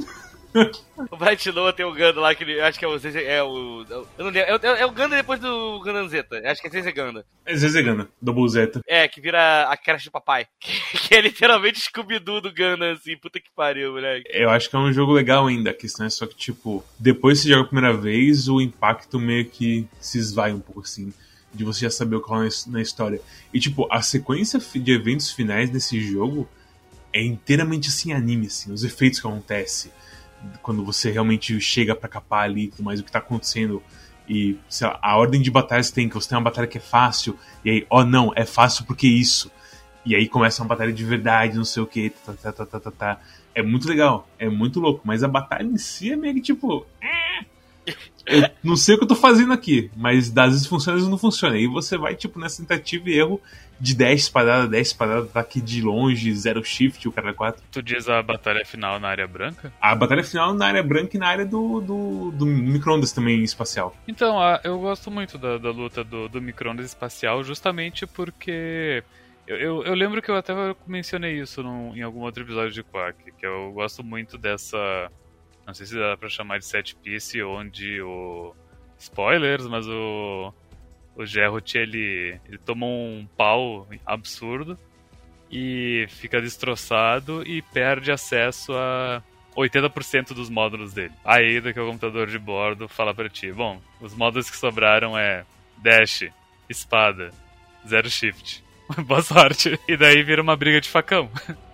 O Bright Noah tem o Ganda lá, que ele, acho que é o... eu não lembro, é o Ganda depois do Ganda Zeta. Acho que é Zezé Ganda. É Zezé Ganda, Double Zeta. É, que vira a creche do papai. Que é literalmente Scooby-Doo do Ganda, assim, puta que pariu, moleque. Eu acho que é um jogo legal ainda, a questão é só que, tipo, depois que você joga a primeira vez, o impacto meio que se esvai um pouco, assim, de você já saber o que rola na história. E, tipo, a sequência de eventos finais desse jogo é inteiramente, assim, anime, assim, os efeitos que acontecem quando você realmente chega pra capar ali e tudo mais, o que tá acontecendo. E, sei lá, a ordem de batalhas tem, que você tem uma batalha que é fácil, e aí, não, é fácil porque isso. E aí começa uma batalha de verdade, não sei o que, tá. É muito legal, é muito louco, mas a batalha em si é meio que tipo... Eu não sei o que eu tô fazendo aqui, mas das vezes funciona, às vezes não funciona. E você vai, tipo, nessa tentativa e erro de 10 paradas, tá aqui de longe, 0 shift, o cara 4. Tu diz a batalha final na área branca? A batalha final na área branca e na área do micro-ondas também espacial. Então, eu gosto muito da luta do micro-ondas espacial, justamente porque... Eu lembro que eu até mencionei isso em algum outro episódio de Quack, que eu gosto muito dessa... Não sei se dá pra chamar de set piece, onde o... Spoilers, mas o Geralt, ele toma um pau absurdo e fica destroçado e perde acesso a 80% dos módulos dele. Aí, daqui o computador de bordo fala pra ti, bom, os módulos que sobraram é dash, espada, 0 shift. Boa sorte. E daí vira uma briga de facão.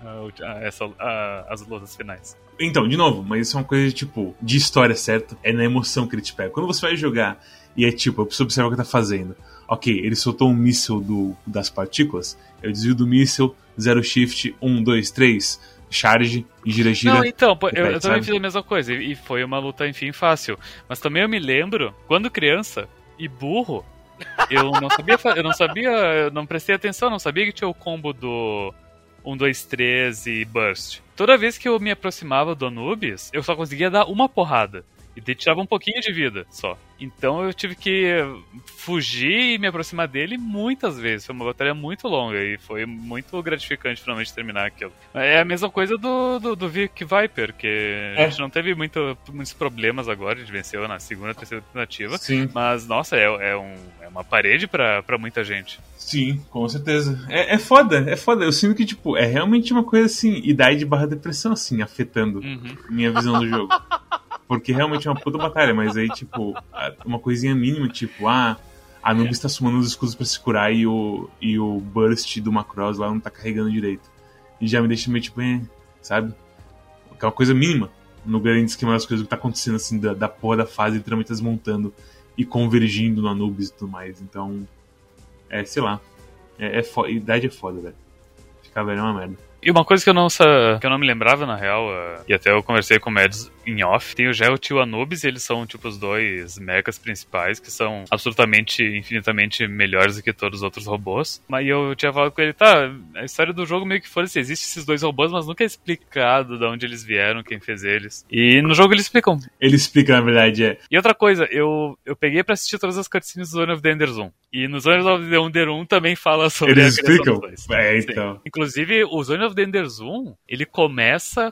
As lutas finais. Então, de novo, mas isso é uma coisa tipo, de história, certo? É na emoção que ele te pega. Quando você vai jogar e é tipo, eu preciso observar o que tá fazendo. Ok, ele soltou um míssil das partículas. Eu desvio do míssil, 0 shift, 1, 2, 3. charge e gira. Não, então, eu também fiz a mesma coisa, e foi uma luta, enfim, fácil. Mas também eu me lembro, quando criança e burro, eu não prestei atenção, não sabia que tinha o combo do 1, 2, 3 e Burst. Toda vez que eu me aproximava do Anubis, eu só conseguia dar uma porrada. E daí tirava um pouquinho de vida só. Então eu tive que fugir e me aproximar dele muitas vezes. Foi uma batalha muito longa e foi muito gratificante finalmente terminar aquilo. É a mesma coisa do Vic Viper, que a gente não teve muitos problemas agora. A gente venceu na segunda, terceira tentativa. Sim. Mas, nossa, é uma parede pra muita gente. Sim, com certeza. É foda. Eu sinto que, tipo, é realmente uma coisa assim, idade barra depressão, assim, afetando minha visão do jogo. Porque realmente é uma puta batalha, mas aí, tipo, uma coisinha mínima, tipo, a Anubis tá sumando os escudos pra se curar e o Burst do Macross lá não tá carregando direito. E já me deixa meio, tipo, sabe? Que é uma coisa mínima no grande esquema das coisas que tá acontecendo, assim, da porra da fase literalmente desmontando e convergindo no Anubis e tudo mais. Então, sei lá. Idade é foda, velho. Ficar velho é uma merda. E uma coisa que eu não me lembrava, na real, e até eu conversei com o Mads em off, tem o Geralt e o Anubis, e eles são, tipo, os dois mechas principais, que são absolutamente, infinitamente melhores do que todos os outros robôs. Mas eu tinha falado com ele, a história do jogo meio que foi assim, existem esses dois robôs, mas nunca é explicado de onde eles vieram, quem fez eles. E no jogo eles explicam. Ele explica, na verdade, E outra coisa, eu peguei pra assistir todas as cutscenes do Zone of the Enders 1. E no Zone of the Enders 1 também fala sobre eles a criação explicam? dos dois. Então. Inclusive, o Zone of the Enders 1, ele começa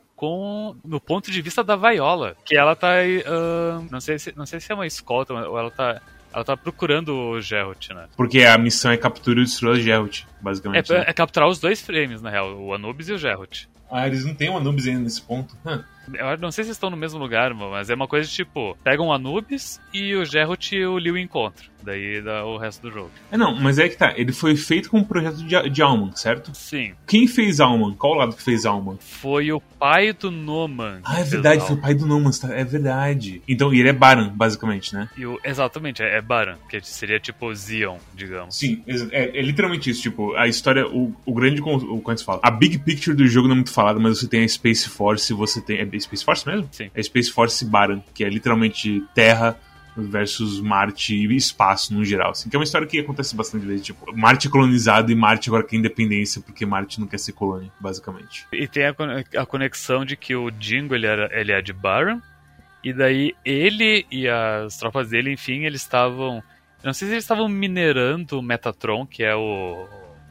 no ponto de vista da Viola, que ela tá não sei se é uma escolta, ou ela tá procurando o Geralt, né? Porque a missão é capturar e destruir o Geralt, basicamente. É capturar os dois frames, na real, o Anubis e o Geralt. Eles não têm um Anubis ainda nesse ponto. Eu não sei se estão no mesmo lugar, mas é uma coisa de tipo, pegam o Anubis e o Geralt e o Liu encontram. Daí dá o resto do jogo. Não, mas é que tá. Ele foi feito com um projeto de Alman, certo? Sim. Quem fez Alman? Qual o lado que fez Alman? Foi o pai do Noman. É verdade, foi o pai do Noman, é verdade. Então, e ele é Baran, basicamente, né? Exatamente, é Baran, que seria tipo Zion, digamos. Sim, é literalmente isso. Tipo, a história, o grande. Como se fala? A big picture do jogo não é muito falada, mas você tem a Space Force, você tem. É Space Force mesmo? Sim. É Space Force Baran, que é literalmente Terra versus Marte e espaço no geral, assim, que é uma história que acontece bastante vezes, tipo, Marte colonizado e Marte agora quer independência porque Marte não quer ser colônia, basicamente. E tem a conexão de que o Jingo, ele é de Baran, e daí ele e as tropas dele, enfim, eles estavam, não sei se eles estavam minerando o Metatron, que é o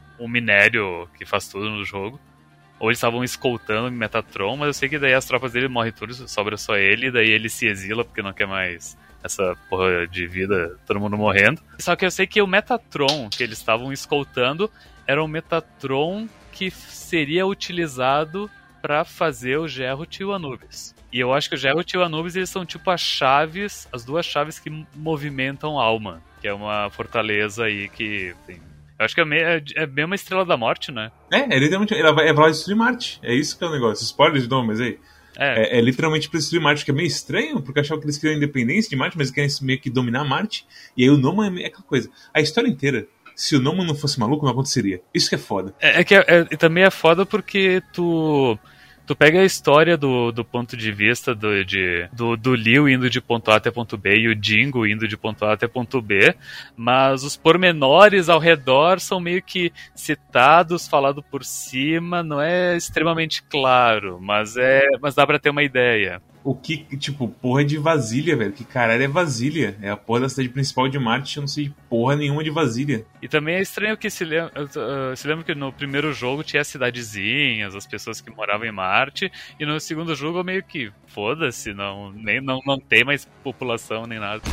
minério que faz tudo no jogo, ou eles estavam escoltando o Metatron, mas eu sei que daí as tropas dele morrem tudo, sobra só ele, e daí ele se exila porque não quer mais essa porra de vida, todo mundo morrendo. Só que eu sei que o Metatron que eles estavam escoltando era um Metatron que seria utilizado pra fazer o Geralt e o Anubis. E eu acho que o Geralt e o Anubis, eles são tipo as duas chaves que movimentam Alma, que é uma fortaleza aí que tem... Eu acho que é bem uma Estrela da Morte, né? Literalmente, ela vai destruir Marte. É isso que é o negócio. Spoiler de novo, mas aí... É literalmente pra destruir Marte, que é meio estranho, porque achavam que eles queriam a independência de Marte, mas querem meio que dominar Marte. E aí o Noman é aquela coisa. A história inteira, se o Noman não fosse maluco, não aconteceria. Isso que é foda. E também é foda porque tu pega a história do ponto de vista do Liu indo de ponto A até ponto B e o Jingo indo de ponto A até ponto B, mas os pormenores ao redor são meio que citados, falado por cima, não é extremamente claro, mas dá pra ter uma ideia. O que, tipo, porra de Vasília, velho. Que caralho é Vasília? É a porra da cidade principal de Marte, eu não sei de porra nenhuma de Vasília. E também é estranho que se lembra que no primeiro jogo tinha as cidadezinhas, as pessoas que moravam em Marte, e no segundo jogo meio que foda-se, não tem mais população nem nada.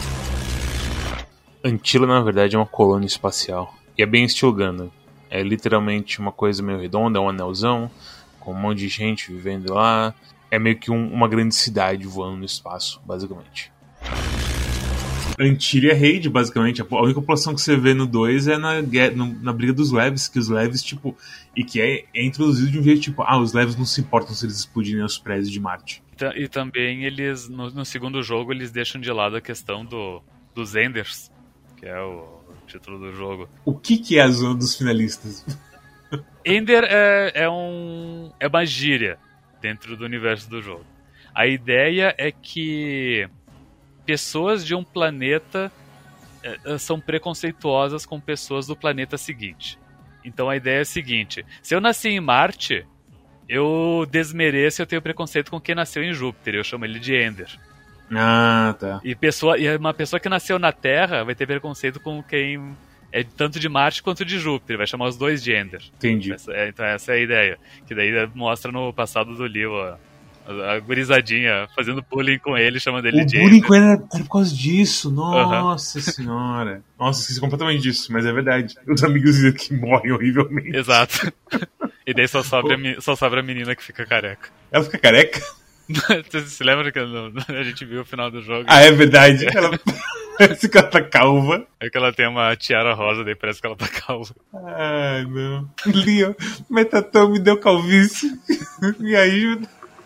Antila, na verdade, é uma colônia espacial. E é bem estilo Gundam. É literalmente uma coisa meio redonda, é um anelzão, com um monte de gente vivendo lá. É meio que uma grande cidade voando no espaço, basicamente. Antilha é raid, basicamente. A única população que você vê no 2 é na briga dos leves, que os leves, tipo... E que é introduzido de um jeito, tipo... os leves não se importam se eles explodirem os prédios de Marte. E também eles, no segundo jogo, eles deixam de lado a questão dos Enders, que é o título do jogo. O que é a zona dos finalistas? Ender é uma gíria dentro do universo do jogo. A ideia é que pessoas de um planeta são preconceituosas com pessoas do planeta seguinte. Então a ideia é a seguinte: se eu nasci em Marte, eu desmereço, eu tenho preconceito com quem nasceu em Júpiter, eu chamo ele de Ender. Ah, tá. E uma pessoa que nasceu na Terra vai ter preconceito com quem é tanto de Marte quanto de Júpiter, vai chamar os dois de Ender. Entendi. Então essa é a ideia. Que daí mostra no passado do Leo a gurizadinha fazendo bullying com ele, chamando ele de Ender. O bullying com ele era por causa disso, nossa senhora. Nossa, esqueci completamente disso, mas é verdade. Os amigos que morrem horrivelmente. Exato. E daí só sobra a menina que fica careca. Ela fica careca? Você se lembra que a gente viu o final do jogo? Ah, é verdade. Ela parece que ela tá calva. É que ela tem uma tiara rosa, daí parece que ela tá calva. Ai, não. Leo, Metatron me deu calvície. Me ajuda.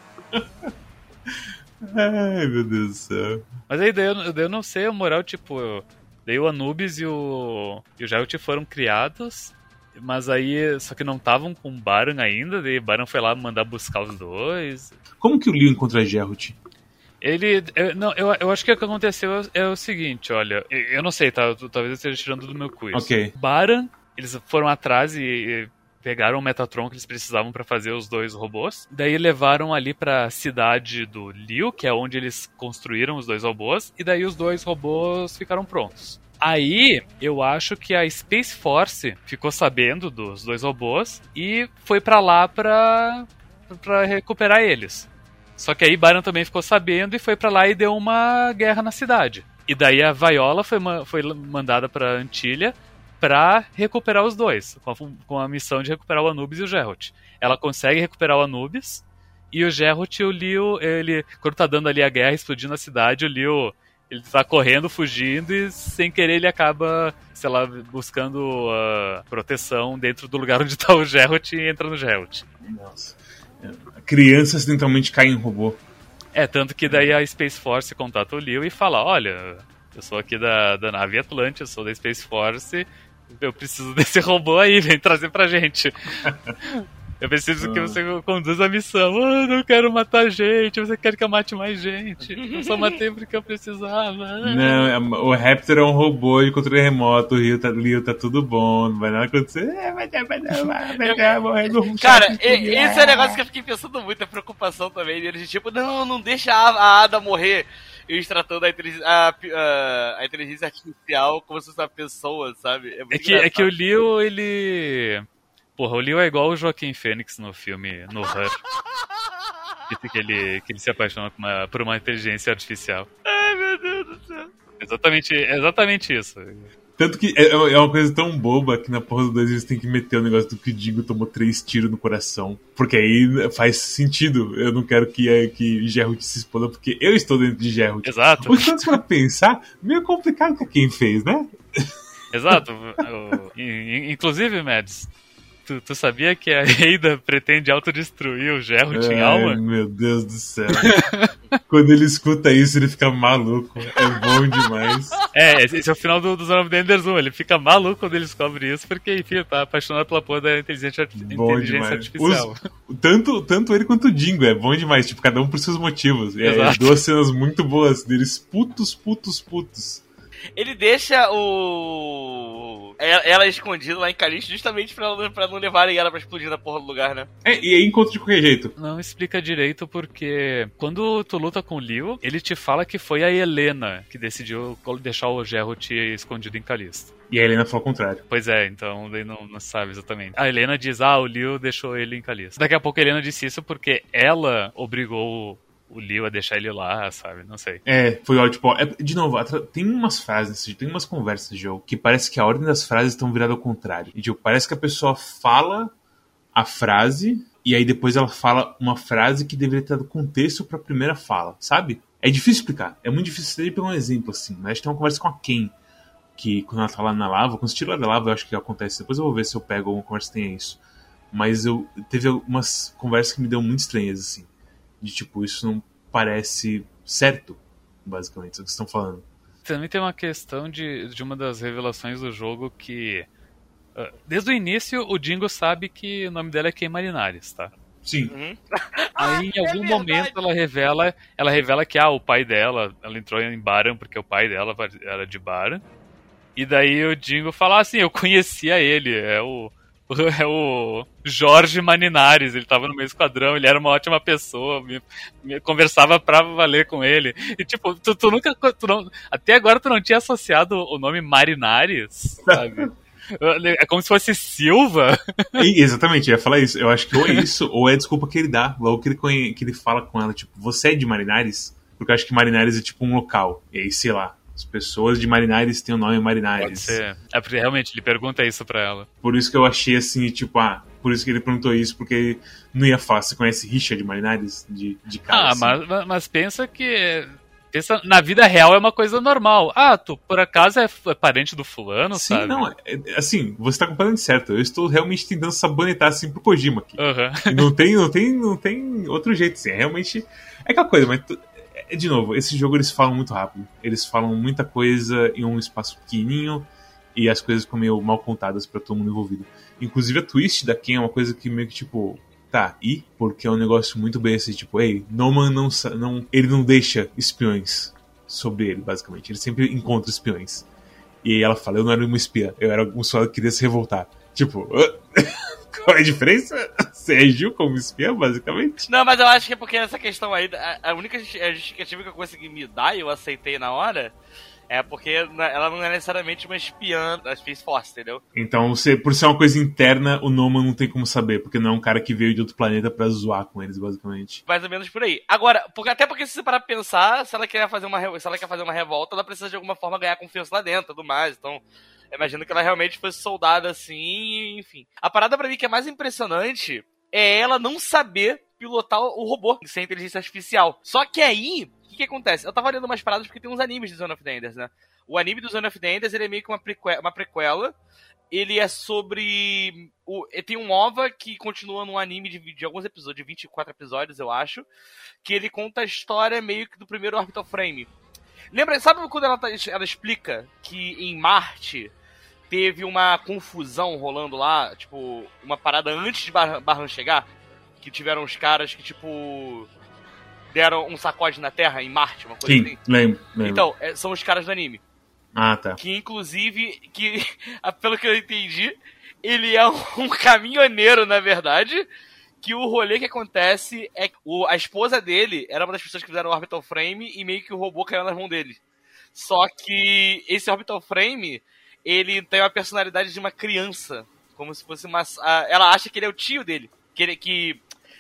Ai, meu Deus do céu. Mas aí daí eu não sei a moral, tipo... Daí o Anubis e o Geralt foram criados... Mas aí, só que não estavam com o Baran ainda, daí o Baran foi lá mandar buscar os dois. Como que o Leo encontra a Geralt? Eu acho que o que aconteceu é o seguinte, olha, eu não sei, tá? Talvez eu esteja tirando do meu quiz. Ok. Baran, eles foram atrás e pegaram o Metatron que eles precisavam pra fazer os dois robôs. Daí levaram ali pra cidade do Leo, que é onde eles construíram os dois robôs, e daí os dois robôs ficaram prontos. Aí, eu acho que a Space Force ficou sabendo dos dois robôs e foi pra lá pra recuperar eles. Só que aí Baran também ficou sabendo e foi pra lá e deu uma guerra na cidade. E daí a Viola foi mandada pra Antillia pra recuperar os dois, com a missão de recuperar o Anubis e o Geralt. Ela consegue recuperar o Anubis e o Geralt e o Leo, quando tá dando ali a guerra, explodindo a cidade, o Leo... Ele tá correndo, fugindo e sem querer ele acaba, sei lá, buscando proteção dentro do lugar onde tá o Geralt e entra no Geralt. Nossa. A criança acidentalmente cai em robô. Tanto que daí a Space Force contata o Leo e fala, olha, eu sou aqui da nave Atlante, eu sou da Space Force, eu preciso desse robô aí, vem trazer pra gente. Eu preciso que você conduza a missão. Eu não quero matar gente, você quer que eu mate mais gente. Eu só matei porque eu precisava. Não, o Raptor é um robô de controle remoto, o Leo tá tudo bom, não vai nada acontecer. Vai morrer no Cara, esse é um negócio que eu fiquei pensando muito, a preocupação também deles, tipo, não deixa a Ada morrer. Eles tratando a inteligência artificial como se fosse uma pessoa, sabe? É que o Leo, ele... Porra, o Leo é igual o Joaquim Fênix no filme, no Her. Que ele se apaixona por uma inteligência artificial. Ai, meu Deus do céu. Exatamente isso. Tanto que é uma coisa tão boba que na porra do 2 eles têm que meter o negócio do que o Dingo tomou 3 tiros no coração. Porque aí faz sentido. Eu não quero que Geralt se exploda, porque eu estou dentro de Geralt. Exato. Mas tanto pra pensar, meio complicado que quem fez, né? Exato. Inclusive, Mads, tu sabia que a Ada pretende autodestruir o Geralt em alma? Meu Deus do céu. Quando ele escuta isso, ele fica maluco. É bom demais. Esse é o final do Zone of the Enders 1. Ele fica maluco quando ele descobre isso, porque, enfim, tá apaixonado pela porra da inteligência artificial. Tanto ele quanto o Dingo é bom demais. Tipo, cada um por seus motivos. Duas cenas muito boas deles putos. Ele deixa ela escondida lá em Calixto justamente pra não levarem ela pra explodir na porra do lugar, né? E aí encontra de qualquer jeito. Não explica direito porque quando tu luta com o Leo, ele te fala que foi a Helena que decidiu deixar o Geralt escondido em Calixto. E a Helena fala o contrário. Pois é, então daí não sabe exatamente. A Helena diz, o Leo deixou ele em Calixto. Daqui a pouco a Helena disse isso porque ela obrigou o Leo a deixar ele lá, sabe? Não sei. Foi ótimo. De novo, tem umas frases, tem umas conversas de jogo que parece que a ordem das frases estão viradas ao contrário. E, tipo, parece que a pessoa fala a frase e aí depois ela fala uma frase que deveria ter dado contexto pra primeira fala, sabe? É difícil explicar. É muito difícil você pegar um exemplo, assim. Mas a gente tem uma conversa com a Ken, que quando ela tá lá na lava, quando você tira ela da lava, eu acho que acontece. Depois eu vou ver se eu pego alguma conversa que tenha isso. Mas teve algumas conversas que me deu muito estranhas, assim. De tipo, isso não parece certo, basicamente, o que estão falando. Também tem uma questão de uma das revelações do jogo que... desde o início, o Dingo sabe que o nome dela é Ken Marinares, tá? Sim. Aí em algum momento ela revela que o pai dela, ela entrou em Baran porque o pai dela era de Baran. E daí o Jingo fala assim, eu conhecia ele, é o Jorge Maninares, ele tava no meu esquadrão, ele era uma ótima pessoa, me conversava pra valer com ele. E tipo, tu nunca, até agora tu não tinha associado o nome Marinares, sabe? É como se fosse Silva. Exatamente, eu ia falar isso. Eu acho que ou é isso, ou é a desculpa que ele dá, logo que ele fala com ela, tipo, você é de Marinares? Porque eu acho que Marinares é tipo um local, e aí, sei lá, as pessoas de Marinares têm o nome Marinares. Pode ser. É porque realmente ele pergunta isso pra ela. Por isso que eu achei assim, tipo, por isso que ele perguntou isso, porque não ia falar. Você conhece Richard Marinares de cara? Assim. Mas pensa que. Pensa, na vida real é uma coisa normal. Tu por acaso é parente do fulano, sim, sabe? Não, assim, você tá completamente certo. Eu estou realmente tentando sabonetar assim pro Kojima aqui. Não tem outro jeito, assim. Realmente é aquela coisa, mas de novo, esse jogo eles falam muito rápido. Eles falam muita coisa em um espaço pequenininho e as coisas ficam meio mal contadas pra todo mundo envolvido. Inclusive a twist da Ken é uma coisa que meio que tipo... Porque é um negócio muito bem assim, tipo, Noman ele não deixa espiões sobre ele, basicamente. Ele sempre encontra espiões. E aí ela fala, eu não era uma espiã, eu era um só que queria se revoltar. Tipo, qual é a diferença? Você agiu como espiã, basicamente? Não, mas eu acho que é porque essa questão aí, a única justificativa que eu consegui me dar e eu aceitei na hora, é porque ela não é necessariamente uma espiã da Space Force, entendeu? Então, por ser uma coisa interna, o Noman não tem como saber, porque não é um cara que veio de outro planeta pra zoar com eles, basicamente. Mais ou menos por aí. Agora, até porque se você parar pra pensar, se ela quer fazer uma revolta, ela precisa de alguma forma ganhar confiança lá dentro e tudo mais, então... Imagino que ela realmente fosse soldada assim, enfim. A parada pra mim que é mais impressionante é ela não saber pilotar o robô sem inteligência artificial. Só que aí, o que acontece? Eu tava lendo umas paradas porque tem uns animes de Zone of the Enders, né? O anime do Zone of the Enders, ele é meio que uma prequela. Ele é sobre... Tem um OVA que continua num anime de alguns episódios, de 24 episódios, eu acho. Que ele conta a história meio que do primeiro Orbital Frame. Lembra, sabe quando ela explica que em Marte... teve uma confusão rolando lá, tipo, uma parada antes de Baran chegar, que tiveram uns caras que, tipo, deram um sacode na Terra, em Marte, uma coisa assim. Lembro. Então, são os caras do anime. Tá. Que, inclusive, pelo que eu entendi, ele é um caminhoneiro, na verdade, que o rolê que acontece é que a esposa dele era uma das pessoas que fizeram o Orbital Frame e meio que o robô caiu nas mãos dele. Só que esse Orbital Frame... ele tem uma personalidade de uma criança, como se fosse uma... ela acha que ele é o tio dele, que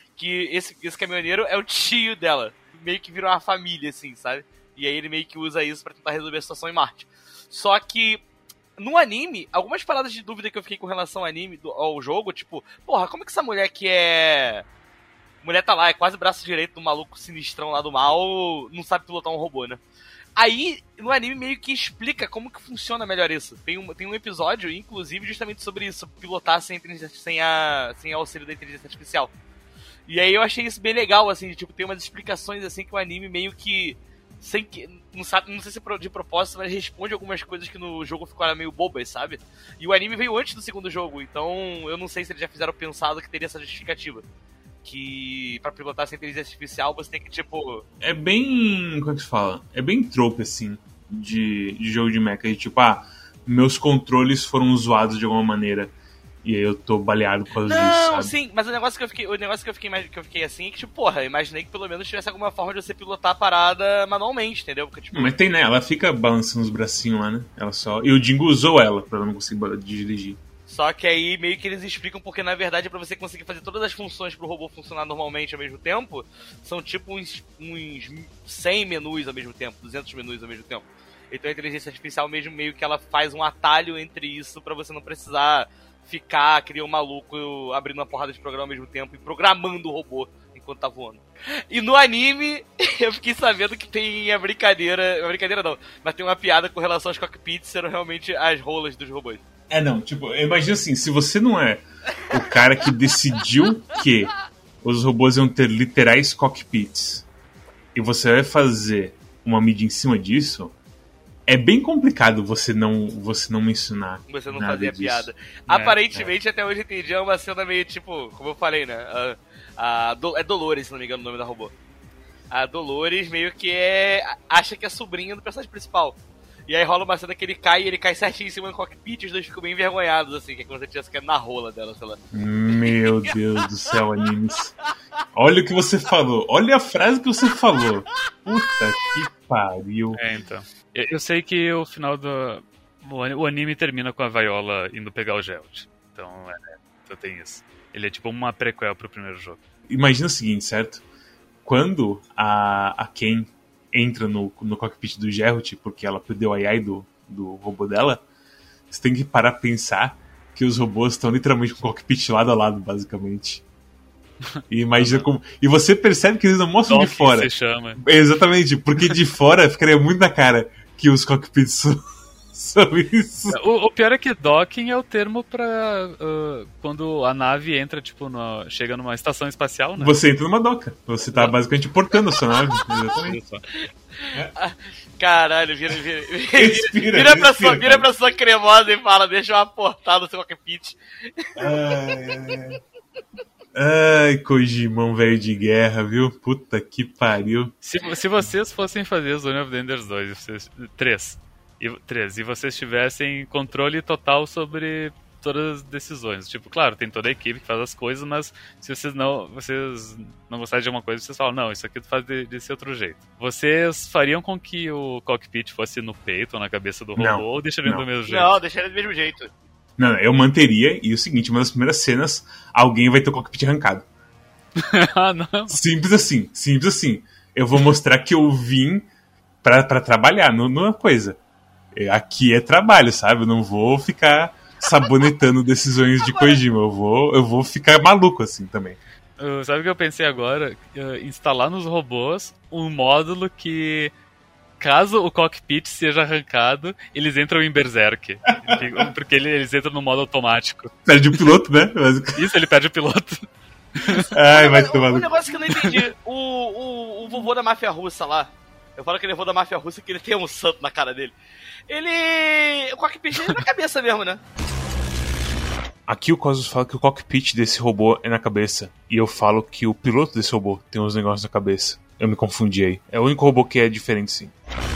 esse caminhoneiro é o tio dela, meio que virou uma família, assim, sabe? E aí ele meio que usa isso pra tentar resolver a situação em Marte. Só que, no anime, algumas paradas de dúvida que eu fiquei com relação ao jogo, tipo, porra, como é que essa mulher que é... A mulher tá lá, é quase o braço direito do maluco sinistrão lá do mal, não sabe pilotar um robô, né? Aí, no anime, meio que explica como que funciona melhor isso. Tem um episódio, inclusive, justamente sobre isso. Pilotar sem auxílio da inteligência artificial. E aí eu achei isso bem legal, assim, de, tipo, tem umas explicações, assim, que o anime meio que... não sei se é de propósito, mas responde algumas coisas que no jogo ficaram meio bobas, sabe? E o anime veio antes do segundo jogo, então eu não sei se eles já fizeram pensado que teria essa justificativa. Que pra pilotar essa inteligência artificial você tem que, tipo... É bem... como é que se fala? É bem trope, assim, de jogo de mecha. De, tipo, meus controles foram zoados de alguma maneira. E aí eu tô baleado por causa disso, sabe? Não, sim, mas o negócio que eu fiquei assim é que, tipo, porra, eu imaginei que pelo menos tivesse alguma forma de você pilotar a parada manualmente, entendeu? Porque, tipo... Mas tem, né? Ela fica balançando os bracinhos lá, né? Ela só... E o Jingo usou ela pra ela não conseguir dirigir. Só que aí meio que eles explicam porque, na verdade, pra você conseguir fazer todas as funções pro robô funcionar normalmente ao mesmo tempo, são tipo uns 100 menus ao mesmo tempo, 200 menus ao mesmo tempo. Então a inteligência artificial mesmo meio que ela faz um atalho entre isso pra você não precisar criar um maluco abrindo uma porrada de programa ao mesmo tempo e programando o robô enquanto tá voando. E no anime, eu fiquei sabendo que tem a brincadeira não, mas tem uma piada com relação aos cockpits serem realmente as rolas dos robôs. Não, tipo, imagina assim, se você não é o cara que decidiu que os robôs iam ter literais cockpits e você vai fazer uma mídia em cima disso, é bem complicado você não mencionar. Você não nada fazer a disso. piada. Aparentemente, até hoje eu entendi, é uma cena meio tipo, como eu falei, né? É Dolores, se não me engano, o nome da robô. A Dolores meio que acha que é sobrinha do personagem principal. E aí rola uma cena que ele cai certinho em cima do cockpit e os dois ficam bem envergonhados, assim, que é como se ele tivesse caído na rola dela, sei lá. Meu Deus do céu, animes. Olha o que você falou. Olha a frase que você falou. Puta que pariu. Então. Eu sei que o final o anime termina com a Viola indo pegar o Geralt. Então tem isso. Ele é tipo uma prequel pro primeiro jogo. Imagina o seguinte, certo? Quando a Ken entra no cockpit do Geralt, porque ela perdeu a Yai do robô dela, você tem que parar pra pensar que os robôs estão literalmente com o cockpit lado a lado, basicamente. E imagina como. E você percebe que eles não mostram de fora. Se chama. Exatamente, porque de fora ficaria muito na cara que os cockpits são isso. O pior é que docking é o termo pra quando a nave entra, tipo, chega numa estação espacial, né? Você entra numa doca. Você tá basicamente portando a sua nave. Exatamente. Caralho, Respira pra sua cremosa e fala, deixa eu aportar no seu cockpit. Ai, Kojimão velho de guerra, viu? Puta que pariu. Se vocês fossem fazer Zone of the Enders 2, 3, e vocês tivessem controle total sobre todas as decisões. Tipo, claro, tem toda a equipe que faz as coisas, mas se vocês não gostarem de alguma coisa, vocês falam, não, isso aqui tu faz desse outro jeito. Vocês fariam com que o cockpit fosse no peito ou na cabeça do robô, ou deixariam do mesmo jeito? Não, deixaria do mesmo jeito. Não, eu manteria, e o seguinte, uma das primeiras cenas, alguém vai ter o cockpit arrancado. Ah, não. Simples assim. Eu vou mostrar que eu vim pra trabalhar, não é coisa. Aqui é trabalho, sabe? Eu não vou ficar sabonetando decisões de Kojima. Eu vou ficar maluco assim também. Sabe o que eu pensei agora? Instalar nos robôs um módulo que, caso o cockpit seja arrancado, eles entram em Berserk. Porque eles entram no modo automático. Perde o piloto, né? Isso, ele perde o piloto. Ai, vai tomar no... Um negócio que eu não entendi. O vovô da máfia russa lá. Eu falo que ele é vovô da máfia russa, que ele tem um santo na cara dele. O cockpit é na cabeça mesmo, né? Aqui o Cosmos fala que o cockpit desse robô é na cabeça. E eu falo que o piloto desse robô tem uns negócios na cabeça. Eu me confundi aí. É o único robô que é diferente, sim.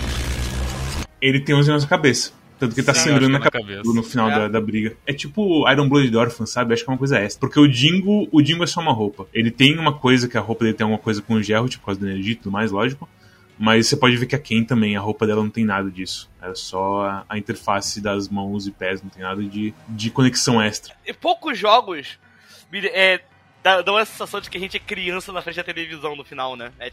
Ele tem uns negócios na cabeça. Tanto que ele tá sangrando na cabeça no final da briga. É tipo Iron Blooded Orphan, sabe? Acho que é uma coisa extra. Porque o Dingo é só uma roupa. Ele tem uma coisa que a roupa dele tem alguma coisa com o Geralt, por causa da energia e tudo mais, lógico. Mas você pode ver que a Ken também, a roupa dela não tem nada disso. É só a interface das mãos e pés, não tem nada de conexão extra. E poucos jogos dão uma sensação de que a gente é criança na frente da televisão no final, né? É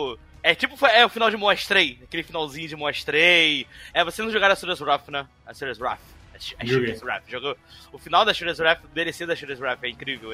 o final de Moastrey, aquele finalzinho de Moastrey. Vocês não jogaram a Shura's Wrath, né? A Shura's Wrath. Jogou. O final da Shura's Wrath, o DLC da Shura's Wrath é incrível.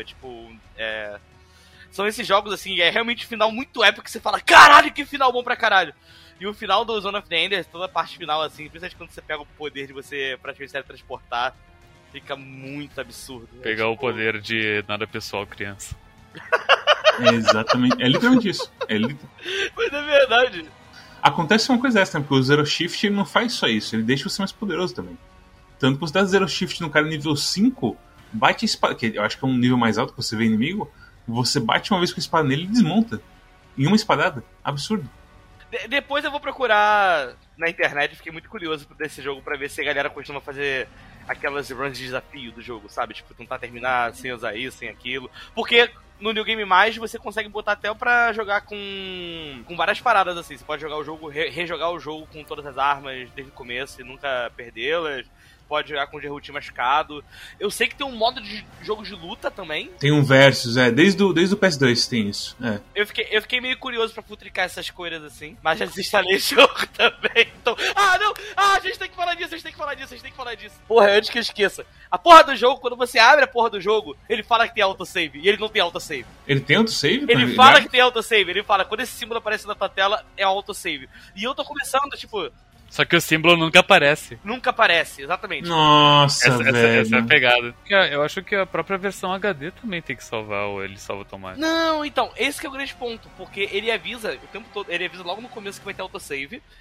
São esses jogos, assim, é realmente um final muito épico que você fala, caralho, que final bom pra caralho. E o final do Zone of the Enders, toda a parte final, assim, principalmente quando você pega o poder de você praticamente se teletransportar, fica muito absurdo. Pegar o poder de nada pessoal criança. Exatamente, é literalmente isso. Mas é verdade. Acontece uma coisa extra, porque o Zero Shift ele não faz só isso, ele deixa você mais poderoso também. Tanto que você dá Zero Shift no cara nível 5, bate a espada, que eu acho que é um nível mais alto que você vê inimigo, você bate uma vez com a espada nele e desmonta. Em uma espadada. Absurdo. Depois eu vou procurar na internet, fiquei muito curioso desse jogo pra ver se a galera costuma fazer aquelas runs de desafio do jogo, sabe? Tipo, tentar terminar sem usar isso, sem aquilo. Porque no New Game Mais você consegue botar até pra jogar com várias paradas assim. Você pode jogar o jogo, rejogar o jogo com todas as armas desde o começo e nunca perdê-las. Pode jogar com o Geralt machucado. Eu sei que tem um modo de jogo de luta também. Tem um versus, desde o PS2 tem isso. Eu fiquei meio curioso pra futricar essas coisas assim, mas já desinstalei o jogo também. Então, a gente tem que falar disso. Porra, antes que eu esqueça. A porra do jogo, quando você abre a porra do jogo, ele fala que tem autosave, e ele não tem autosave. Ele tem autosave? Ele fala que tem autosave, ele fala, quando esse símbolo aparece na tua tela, é autosave. E eu tô começando, tipo... Só que o símbolo nunca aparece. Nunca aparece, exatamente. Nossa, velho. Essa é a pegada. Eu acho que a própria versão HD também tem que salvar, ou ele salva automático. Não, então, esse que é o grande ponto. Porque ele avisa o tempo todo, ele avisa logo no começo que vai ter autosave.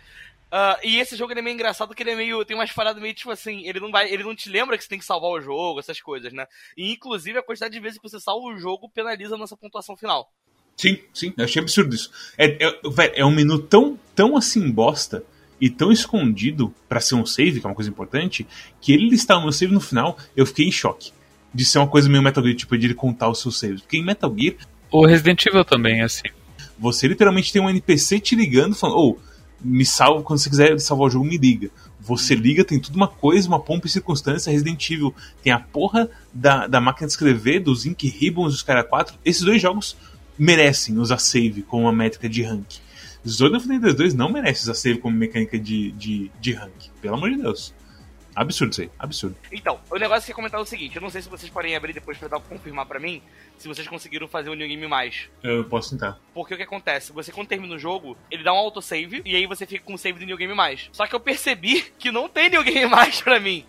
E esse jogo ele é meio engraçado porque ele é meio. Tem umas paradas meio tipo assim, ele não te lembra que você tem que salvar o jogo, essas coisas, né? E inclusive a quantidade de vezes que você salva o jogo penaliza a nossa pontuação final. Sim, eu achei absurdo isso. É um menu tão assim bosta e tão escondido pra ser um save, que é uma coisa importante, que ele listar o meu save no final, eu fiquei em choque. De ser uma coisa meio Metal Gear, tipo, de ele contar os seus saves. Porque em Metal Gear... O Resident Evil também é assim. Você literalmente tem um NPC te ligando, falando, me salva, quando você quiser salvar o jogo, me liga. Você liga, tem tudo uma coisa, uma pompa e circunstância. Resident Evil tem a porra da máquina de escrever, dos Ink Ribbons, dos Cara 4. Esses dois jogos merecem usar save como uma métrica de rank. Zone of the Enders 2 não merece usar save como mecânica de rank. Pelo amor de Deus. Absurdo isso aí, absurdo. Então, o negócio que eu ia comentar é o seguinte, eu não sei se vocês podem abrir depois pra confirmar pra mim se vocês conseguiram fazer o New Game Mais. Eu posso tentar. Porque o que acontece? Você, quando termina o jogo, ele dá um autosave e aí você fica com o save do New Game Mais. Só que eu percebi que não tem New Game Mais pra mim.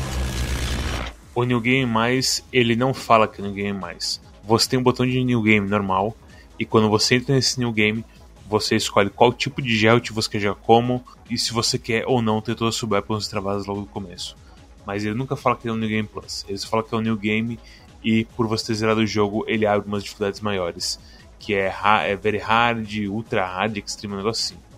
O New Game Mais, ele não fala que é New Game Mais. Você tem um botão de New Game normal e quando você entra nesse New Game, você escolhe qual tipo de gelt você quer jogar como e se você quer ou não ter todas as sub-weapons travadas logo no começo. Mas ele nunca fala que é um New Game Plus. Ele só fala que é um New Game e por você ter zerado o jogo, ele abre umas dificuldades maiores. Que é Very Hard, Ultra Hard, Extreme, um negócio assim.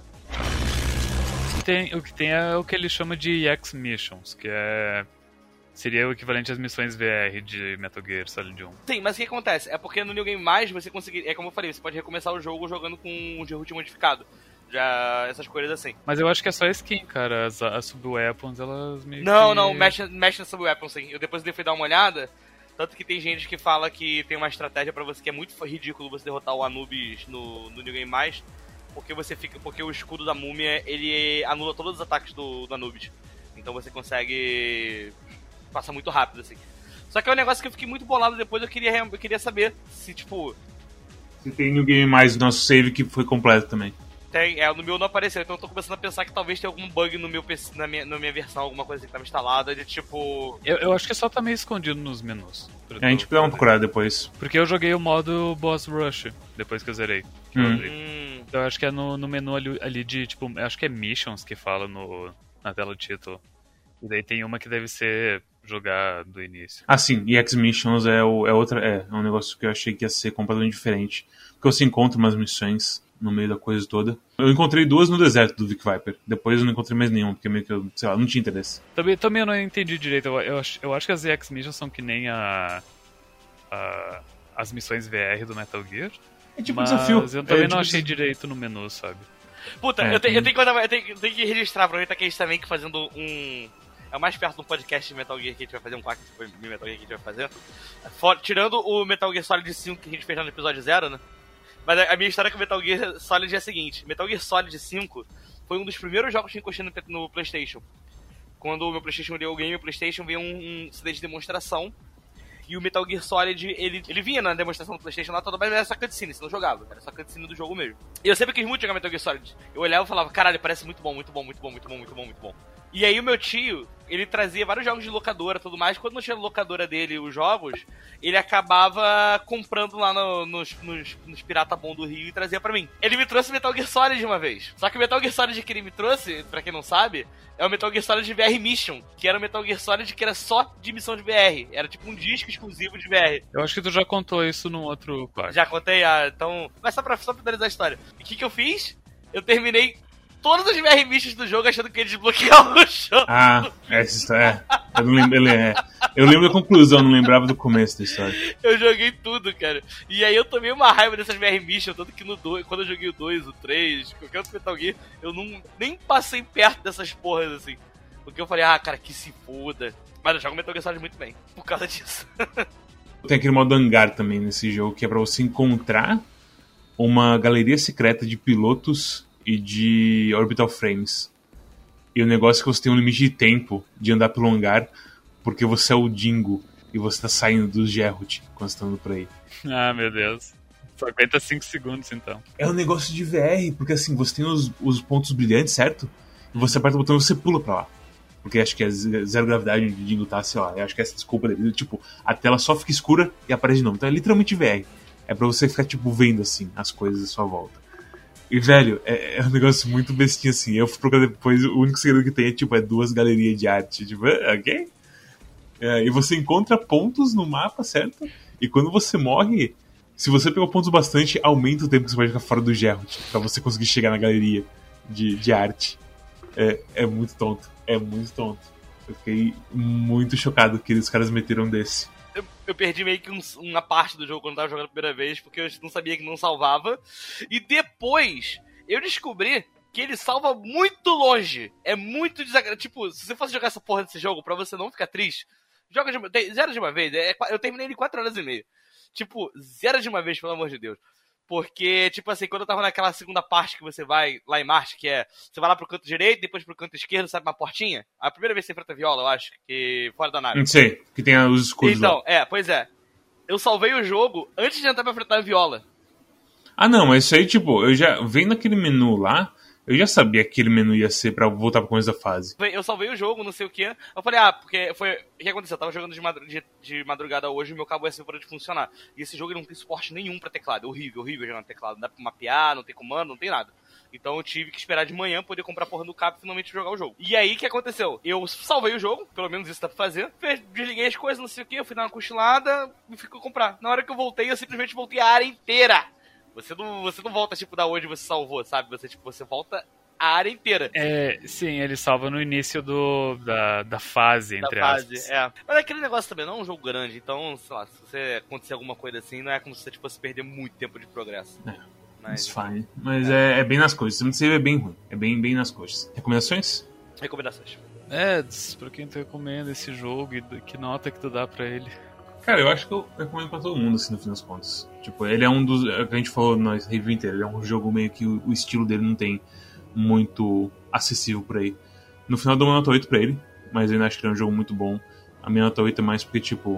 O que tem é o que ele chama de EX Missions, que seria o equivalente às missões VR de Metal Gear Solid 1. Sim, mas o que acontece? É porque no New Game Mais você conseguir... É como eu falei, você pode recomeçar o jogo jogando com um G-Root modificado. Já essas coisas assim. Mas eu acho que é só skin, cara. As sub-weapons, elas meio Não, mexe na sub-weapon, sim. Eu depois fui dar uma olhada, tanto que tem gente que fala que tem uma estratégia pra você que é muito ridículo você derrotar o Anubis no New Game Mais, porque o escudo da múmia, ele anula todos os ataques do Anubis. Então você consegue passar muito rápido, assim. Só que é um negócio que eu fiquei muito bolado depois, eu queria saber se, tipo... Se tem New Game Mais no nosso save que foi completo também. Tem, no meu não apareceu, então eu tô começando a pensar que talvez tenha algum bug no meu PC, na minha versão, alguma coisa assim que tava instalada, de tipo... Eu acho que só tá meio escondido nos menus. A gente pode dar uma procurada depois. Porque eu joguei o modo Boss Rush, depois que eu zerei. Então eu acho que é no menu ali de, tipo, acho que é Missions que fala na tela de título. E daí tem uma que deve ser jogar do início. Ah, sim, e X-Missions é um negócio que eu achei que ia ser completamente diferente. Porque você encontra umas missões no meio da coisa toda. Eu encontrei 2 no deserto do Vic Viper. Depois eu não encontrei mais nenhuma, porque meio que eu, sei lá, não tinha interesse. Também eu não entendi direito. Eu acho que as X-Missions são que nem as missões VR do Metal Gear. É tipo mas um desafio. Eu também não achei direito no menu, sabe? Puta, eu tenho que registrar, aproveitar que a gente tá meio que fazendo um... É o mais perto de um podcast de Metal Gear que a gente vai fazer, um quarto de Metal Gear que a gente vai fazer. Tirando o Metal Gear Solid 5 que a gente fez no episódio 0, né? Mas a minha história com o Metal Gear Solid é a seguinte. Metal Gear Solid 5 foi um dos primeiros jogos que eu encostei no PlayStation. Quando o meu PlayStation deu o game, o PlayStation veio um CD de demonstração. E o Metal Gear Solid, ele vinha na demonstração do PlayStation lá toda, mas era só cutscene, você não jogava. Era só cutscene do jogo mesmo. E eu sempre quis muito jogar Metal Gear Solid. Eu olhava e falava, caralho, parece muito bom, muito bom, muito bom, muito bom, muito bom, muito bom. E aí o meu tio, ele trazia vários jogos de locadora e tudo mais. Quando não tinha locadora dele os jogos, ele acabava comprando lá nos Pirata Bom do Rio e trazia pra mim. Ele me trouxe Metal Gear Solid de uma vez. Só que o Metal Gear Solid que ele me trouxe, pra quem não sabe, é o Metal Gear Solid VR Mission, que era o Metal Gear Solid que era só de missão de VR. Era tipo um disco exclusivo de VR. Eu acho que tu já contou isso num outro quarto. Já contei? Então... Mas só pra finalizar a história. E o que eu fiz? Eu terminei todos os VR Missions do jogo achando que ia desbloquear o jogo. Ah, essa história. Eu não lembro. Eu lembro da conclusão, não lembrava do começo da história. Eu joguei tudo, cara. E aí eu tomei uma raiva dessas VR Missions, tanto que no 2, quando eu joguei o 2, o 3, qualquer outro Metal Gear, eu nem passei perto dessas porras assim. Porque eu falei, cara, que se foda. Mas eu jogo Metal Gear Solid muito bem, por causa disso. Tem aquele modo hangar também nesse jogo, que é pra você encontrar uma galeria secreta de pilotos e de orbital frames. E o negócio é que você tem um limite de tempo de andar pelo hangar, porque você é o Dingo e você tá saindo dos Gerrut quando você tá andando por aí. Ah, meu Deus. Só aguenta 5 segundos, então. É um negócio de VR, porque assim, você tem os pontos brilhantes, certo? E você aperta o botão e você pula pra lá. Porque acho que é zero gravidade onde o Dingo tá, sei lá. Eu acho que é essa desculpa dele. Tipo, a tela só fica escura e aparece de novo. Então é literalmente VR. É pra você ficar, tipo, vendo, assim, as coisas à sua volta. E, velho, é um negócio muito bestinho, assim. Eu fui procurar depois, o único segredo que tem é 2 galerias de arte. Tipo, ok? E você encontra pontos no mapa, certo? E quando você morre, se você pegou pontos bastante, aumenta o tempo que você pode ficar fora do Geralt, pra você conseguir chegar na galeria de arte. É muito tonto. É muito tonto. Eu fiquei muito chocado que os caras meteram desse. Eu perdi meio que uma parte do jogo quando eu tava jogando a primeira vez, porque eu não sabia que não salvava. E depois, eu descobri que ele salva muito longe. É muito desagradável. Tipo, se você fosse jogar essa porra desse jogo, pra você não ficar triste, zero de uma vez. Eu terminei ele em 4 horas e meia. Tipo, zero de uma vez, pelo amor de Deus. Porque, tipo assim, quando eu tava naquela segunda parte que você vai lá em Marte, que é... Você vai lá pro canto direito, depois pro canto esquerdo, sabe, uma portinha? A primeira vez que você enfrenta a Viola, eu acho, que fora da nave. Não sei, que tem os escudos então, lá. pois é. Eu salvei o jogo antes de entrar pra enfrentar a Viola. Ah, não, mas isso aí, tipo, eu já... Vendo aquele menu lá, eu já sabia que aquele menu ia ser pra voltar pro começo da fase. Eu salvei o jogo, não sei o que. Eu falei, porque foi... O que aconteceu? Eu tava jogando de madrugada hoje e meu cabo USB parou de funcionar. E esse jogo ele não tem suporte nenhum pra teclado. É horrível jogar no teclado. Não dá pra mapear, não tem comando, não tem nada. Então eu tive que esperar de manhã poder comprar a porra do cabo e finalmente jogar o jogo. E aí, o que aconteceu? Eu salvei o jogo, pelo menos isso dá pra fazer. Desliguei as coisas, não sei o que, eu fui dar uma cochilada e fui comprar. Na hora que eu voltei, eu simplesmente voltei a área inteira. Você não volta, tipo, da onde você salvou, sabe? Você volta a área inteira. Sim, ele salva no início da fase, entre aspas. Mas aquele negócio também não é um jogo grande, então, sei lá, se você acontecer alguma coisa assim, não é como se você fosse perder muito tempo de progresso. Mas fine. Mas é bem nas coxas. Não sei, é bem ruim. É bem nas coxas. Recomendações? Recomendações. Pra quem tu recomenda esse jogo e que nota que tu dá pra ele? Cara, eu acho que eu recomendo pra todo mundo, assim, no fim das contas. Tipo, ele é um dos... É o que a gente falou na review inteira. Ele é um jogo meio que o estilo dele não tem muito acessível por aí. No final eu dou uma nota 8 pra ele, mas eu ainda acho que ele é um jogo muito bom. A minha nota 8 é mais porque, tipo...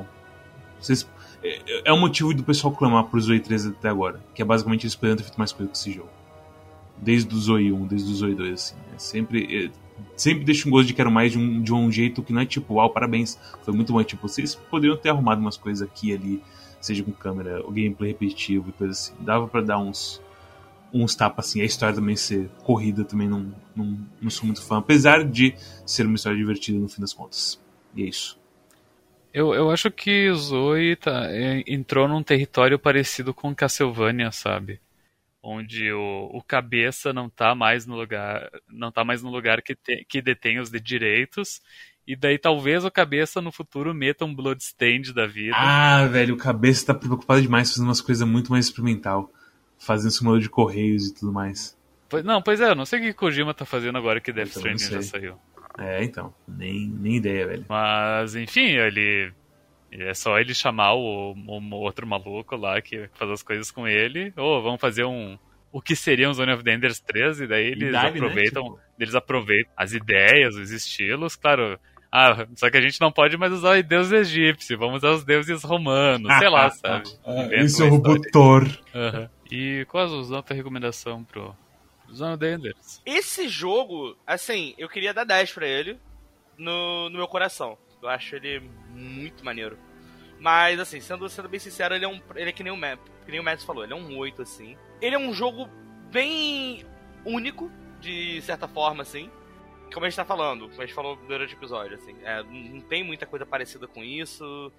É o motivo do pessoal clamar pro Zoe 3 até agora. Que é basicamente eles poderiam ter feito mais coisa com esse jogo. Desde o Zoe 1, desde o Zoe 2, assim. Sempre deixa um gosto de quero mais de um jeito que não é tipo, uau, parabéns, foi muito bom. Tipo, vocês poderiam ter arrumado umas coisas aqui e ali, seja com câmera, o gameplay repetitivo e coisa assim. Dava pra dar uns tapas assim. A história também ser corrida, também não sou muito fã. Apesar de ser uma história divertida no fim das contas. E é isso. Eu acho que Zoe entrou num território parecido com Castlevania, sabe? Onde o cabeça não tá mais no lugar que detém os direitos, e daí talvez o cabeça no futuro meta um Bloodstained da vida. Ah, velho, o cabeça tá preocupado demais fazendo umas coisas muito mais experimental, fazendo simulador de correios e tudo mais. Pois é, eu não sei o que Kojima tá fazendo agora que Death Stranding já saiu. Então, nem ideia, velho. Mas, enfim, é só ele chamar o outro maluco lá que faz as coisas com ele. Vamos fazer o que seria um Zone of the Enders 3, e daí eles aproveitam, né? Eles aproveitam as ideias, os estilos, claro. Só que a gente não pode mais usar os deuses egípcios, vamos usar os deuses romanos, sei lá, sabe? Esse é o robô Thor. E qual a tua recomendação pro Zone of the Enders? Esse jogo, assim, eu queria dar 10 pra ele no meu coração. Eu acho ele muito maneiro. Mas, assim, sendo bem sincero, ele é que nem o Mads falou, ele é um 8, assim. Ele é um jogo bem único, de certa forma, assim. Como a gente tá falando, como a gente falou durante o episódio, assim. Não tem muita coisa parecida com isso.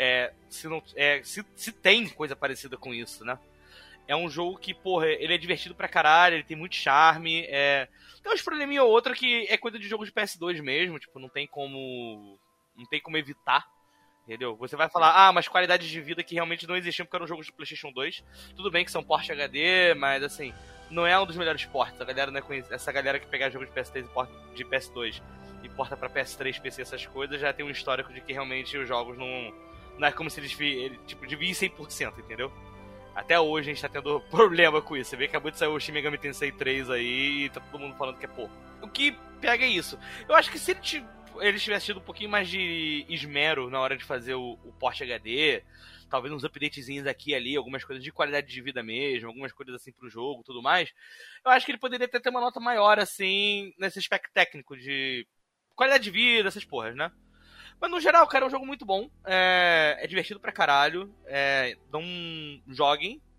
Se tem coisa parecida com isso, né? É um jogo que, porra, ele é divertido pra caralho, ele tem muito charme. Tem uns probleminha ou outra que é coisa de jogo de PS2 mesmo, tipo, não tem como evitar. Entendeu? Você vai falar, mas qualidades de vida que realmente não existiam porque eram jogos de PlayStation 2. Tudo bem que são port HD, mas assim, não é um dos melhores ports. A galera não é conhecida. Essa galera que pegar jogos de PS3 e de PS2 e porta pra PS3, PC, essas coisas, já tem um histórico de que realmente os jogos não é como se eles tipo, deviem 100%, entendeu? Até hoje a gente tá tendo problema com isso. Você vê que acabou de sair o Shin Megami Tensei 3 aí e tá todo mundo falando que é pouco. O que pega é isso. Eu acho que se eles tivessem tido um pouquinho mais de esmero na hora de fazer o port HD, talvez uns updatezinhos aqui e ali, algumas coisas de qualidade de vida mesmo, algumas coisas assim pro jogo, tudo mais, eu acho que ele poderia ter uma nota maior, assim, nesse aspecto técnico de qualidade de vida, essas porras, né? Mas no geral, cara, é um jogo muito bom, é divertido pra caralho, não joguem,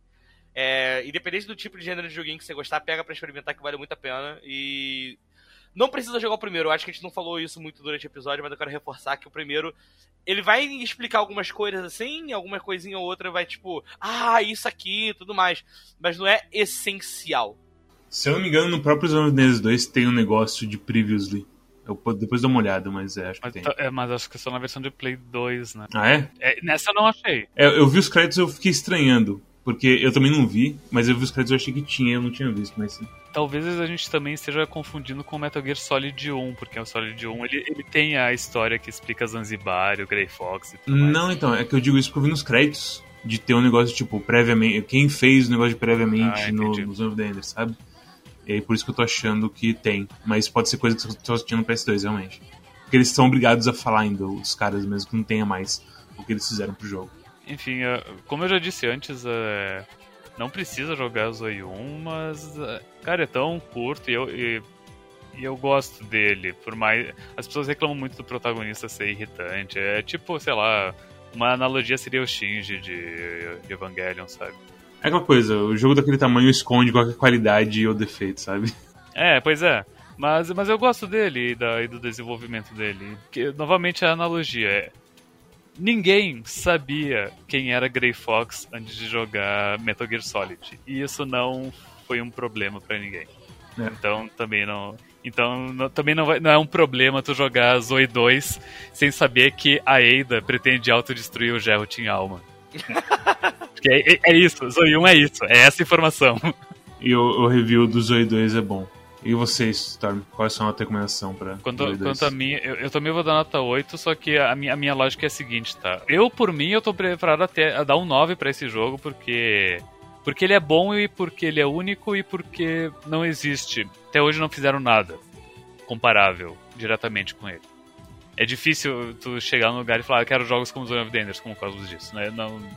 Independente do tipo de gênero de joguinho que você gostar, pega pra experimentar que vale muito a pena. E não precisa jogar o primeiro. Eu acho que a gente não falou isso muito durante o episódio, mas eu quero reforçar que o primeiro, ele vai explicar algumas coisas assim, alguma coisinha ou outra vai tipo, isso aqui, tudo mais. Mas não é essencial. Se eu não me engano, no próprio Zone of the Enders 2 tem um negócio de previously. Eu depois dou uma olhada, mas acho que tem. Mas acho que é só na versão de Play 2, né? Ah, é? Nessa eu não achei. Eu vi os créditos e eu fiquei estranhando. Porque eu também não vi, mas eu vi os créditos e eu achei que tinha, eu não tinha visto, mas sim. Talvez a gente também esteja confundindo com o Metal Gear Solid 1, porque o Solid 1 ele tem a história que explica Zanzibar, o Grey Fox e tudo mais. Não, então, é que eu digo isso porque eu vi nos créditos de ter um negócio tipo, previamente, quem fez o negócio de previamente no Zone of the Enders, sabe? E aí por isso que eu tô achando que tem. Mas pode ser coisa que eu tô assistindo no PS2, realmente. Porque eles são obrigados a falar ainda, os caras mesmo, que não tenha mais o que eles fizeram pro jogo. Enfim, como eu já disse antes, não precisa jogar Zoe 1, mas, cara, é tão curto e eu gosto dele. Por mais. As pessoas reclamam muito do protagonista ser irritante. É tipo, sei lá, uma analogia seria o Shinji de Evangelion, sabe? É aquela coisa, o jogo daquele tamanho esconde qualquer qualidade ou defeito, sabe? Pois é. Mas eu gosto dele e do desenvolvimento dele. Porque, novamente, a analogia ninguém sabia quem era Grey Fox antes de jogar Metal Gear Solid. E isso não foi um problema pra ninguém. Então também não. Também não é um problema tu jogar Zoe 2 sem saber que a Ada pretende autodestruir o Geralt em alma. Porque é isso, Zoe 1 é isso, é essa informação. E o review do Zoe 2 é bom. E vocês, Storm, qual é a sua recomendação pra Quanto a mim, eu também vou dar nota 8, só que a minha lógica é a seguinte, tá? Por mim, eu tô preparado até a dar um 9 pra esse jogo, porque ele é bom e porque ele é único e porque não existe. Até hoje não fizeram nada comparável diretamente com ele. É difícil tu chegar num lugar e falar, quero jogos como Zone of the Enders, como o Cosmos disse, né?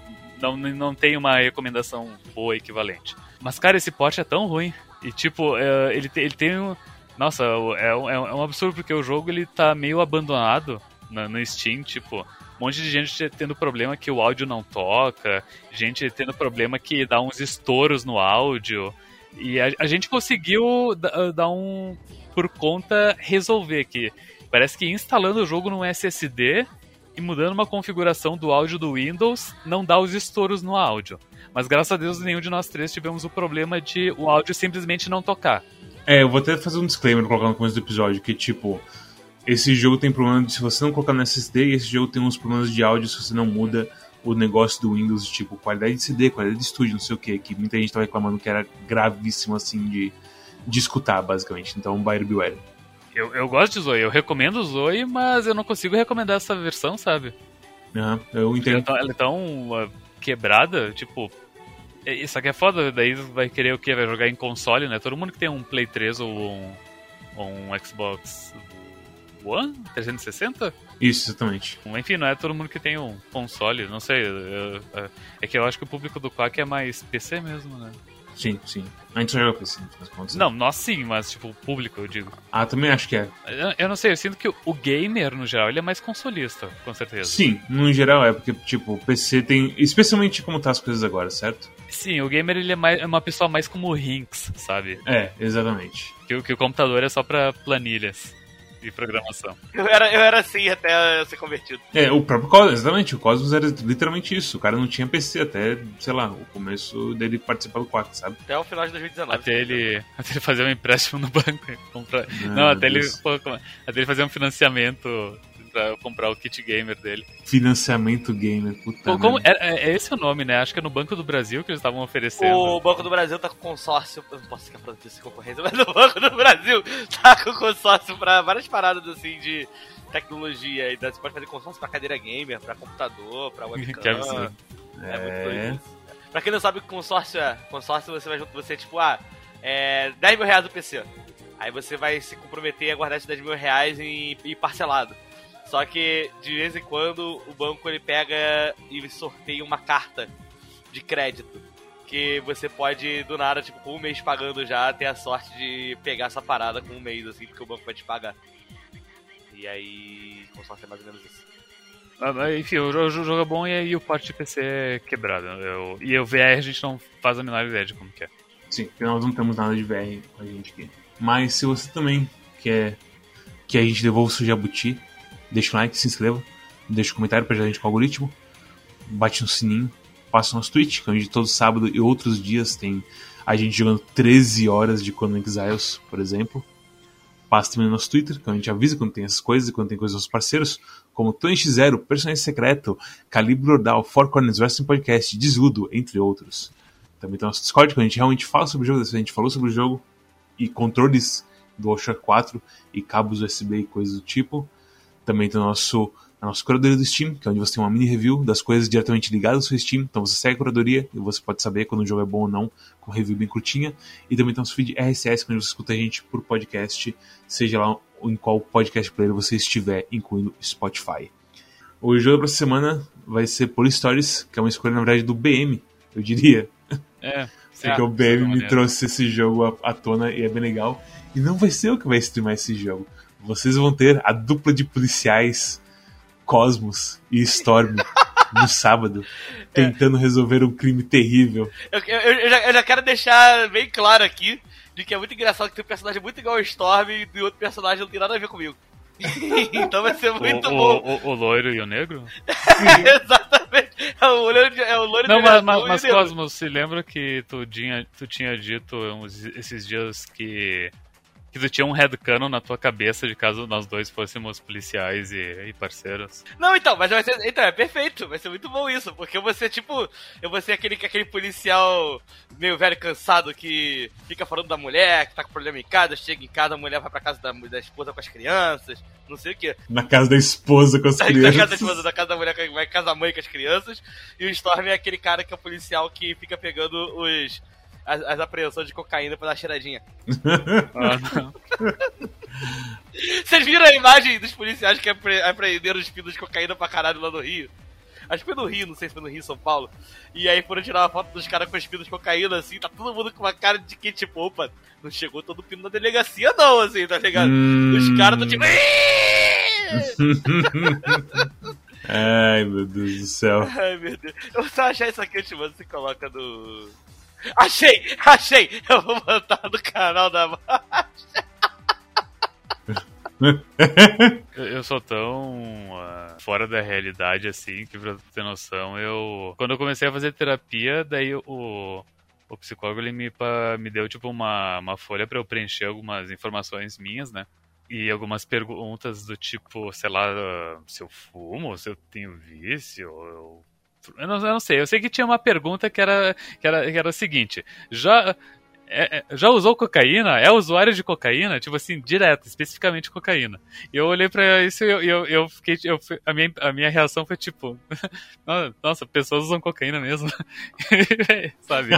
Não tem uma recomendação boa equivalente. Mas, cara, esse port é tão ruim. E, tipo, ele tem um... Nossa, é um absurdo, porque o jogo ele tá meio abandonado no Steam, tipo... Um monte de gente tendo problema que o áudio não toca, gente tendo problema que dá uns estouros no áudio. E a gente conseguiu dar por conta, resolver que... Parece que instalando o jogo num SSD e mudando uma configuração do áudio do Windows, não dá os estouros no áudio. Mas graças a Deus nenhum de nós três tivemos o problema de o áudio simplesmente não tocar. Eu vou até fazer um disclaimer, colocar no começo do episódio, que tipo, esse jogo tem problema se você não colocar no SSD, e esse jogo tem uns problemas de áudio se você não muda o negócio do Windows, tipo, qualidade de CD, qualidade de estúdio, não sei o que muita gente tava reclamando que era gravíssimo, assim, de escutar, basicamente. Então, buyer beware. Eu gosto de Zoe, eu recomendo o Zoe, mas eu não consigo recomendar essa versão, sabe? Eu entendo. Ela é tão quebrada, tipo... Isso aqui é foda, daí vai querer o quê? Vai jogar em console, né? Todo mundo que tem um Play 3 ou um Xbox One 360? Isso, exatamente. Enfim, não é todo mundo que tem um console, não sei. É que eu acho que o público do Quack é mais PC mesmo, né? Sim. A gente só joga PC, nas contas. Não, nós sim, mas tipo, o público, eu digo. Também acho que é. Eu não sei, eu sinto que o gamer, no geral, ele é mais consolista, com certeza. Sim, no geral é, porque, tipo, o PC tem... Especialmente como tá as coisas agora, certo? Sim, o gamer ele é uma pessoa mais como o Rinks, sabe? Exatamente. Que o computador é só pra planilhas e programação. Eu era assim até eu ser convertido. O próprio Cosmos, exatamente. O Cosmos era literalmente isso. O cara não tinha PC até, sei lá, o começo dele participar do Quack, sabe? Até o final de 2019. Até ele fazer um empréstimo no banco. Até ele fazer um financiamento pra comprar o kit gamer dele. Financiamento gamer, puta é esse o nome, né? Acho que é no Banco do Brasil que eles estavam oferecendo. O Banco do Brasil tá com consórcio, eu não posso ficar falando disso concorrência, mas o Banco do Brasil tá com consórcio pra várias paradas assim de tecnologia. E você pode fazer consórcio pra cadeira gamer, pra computador, pra webcam. Que absurdo. É muito doido isso. Pra quem não sabe o que consórcio é, você vai junto, você tipo, 10 mil reais do PC. Aí você vai se comprometer a guardar esses 10 mil reais e parcelado. Só que, de vez em quando, o banco ele pega e sorteia uma carta de crédito. Que você pode, do nada, tipo, com um mês pagando já, ter a sorte de pegar essa parada com um mês, assim, porque o banco vai te pagar. E aí, consórcio é mais ou menos isso. Enfim, o jogo é bom e o port de PC é quebrado. E o VR a gente não faz a menor ideia de como que é. Sim, porque nós não temos nada de VR com a gente aqui. Mas se você também quer que a gente devolva o seu jabuti, deixa um like, se inscreva, deixa um comentário pra ajudar a gente com o algoritmo, bate no sininho, passa o nosso Twitch, que é onde todo sábado e outros dias tem a gente jogando 13 horas de Conan Exiles, por exemplo. Passa também no nosso Twitter, que a gente avisa quando tem essas coisas e quando tem coisas dos nossos parceiros, como TonyX0, Personagem Secreto, Calibre Ordal, Four Corners Wrestling Podcast, Desludo, entre outros. Também tem o nosso Discord, que a gente realmente fala sobre o jogo, a gente falou sobre o jogo, e controles do DualShock 4, e cabos USB e coisas do tipo. Também tem a nossa curadoria do Steam, que é onde você tem uma mini review das coisas diretamente ligadas ao seu Steam. Então você segue a curadoria e você pode saber quando o jogo é bom ou não, com review bem curtinha. E também tem o nosso feed RSS, onde você escuta a gente por podcast, seja lá em qual podcast player você estiver, incluindo Spotify. O jogo para essa semana vai ser Police Stories, que é uma escolha, na verdade, do BM, eu diria. Porque o BM me trouxe esse jogo à tona e é bem legal. E não vai ser eu que vai streamar esse jogo. Vocês vão ter a dupla de policiais Cosmos e Storm no sábado, tentando resolver um crime terrível. Eu já quero deixar bem claro aqui de que é muito engraçado que tem um personagem muito igual ao Storm e outro personagem não tem nada a ver comigo. Então vai ser muito bom. O loiro e o negro? Exatamente. É o loiro não, e mas Cosmos, se lembra que tu tinha dito esses dias que tu tinha um headcanon na tua cabeça de caso nós dois fôssemos policiais e parceiros. Não, então, mas vai ser. Então, é perfeito, vai ser muito bom isso, porque eu vou ser aquele policial meio velho cansado que fica falando da mulher, que tá com problema em casa, chega em casa, a mulher vai pra casa da esposa com as crianças, não sei o quê. Na casa da esposa com as crianças. Na casa da esposa, na casa da mulher, vai casa da mãe com as crianças, e o Storm é aquele cara que é o policial que fica pegando as apreensões de cocaína pra dar cheiradinha. Não. Vocês viram a imagem dos policiais que apreenderam os pinos de cocaína pra caralho lá no Rio? Acho que foi no Rio, não sei se foi no Rio, São Paulo. E aí foram tirar uma foto dos caras com os pinos de cocaína, assim, tá todo mundo com uma cara de que, tipo, opa, não chegou todo o pino na delegacia não, assim, tá ligado? Os caras tão tipo... Ai, meu Deus do céu. Ai, meu Deus. Eu vou só achar isso aqui, eu te mando, você coloca no... Achei! Eu vou botar no canal da Marcha. Eu sou tão fora da realidade assim que, pra ter noção, quando eu comecei a fazer terapia, daí o psicólogo ele me deu tipo uma folha pra eu preencher algumas informações minhas, né? E algumas perguntas do tipo, sei lá, se eu fumo, se eu tenho vício, eu não sei. Eu sei que tinha uma pergunta que era o seguinte: já usou cocaína? É usuário de cocaína? Tipo assim, direto, especificamente cocaína. E eu olhei pra isso e eu fiquei. A minha reação foi tipo: nossa, pessoas usam cocaína mesmo. Sabe?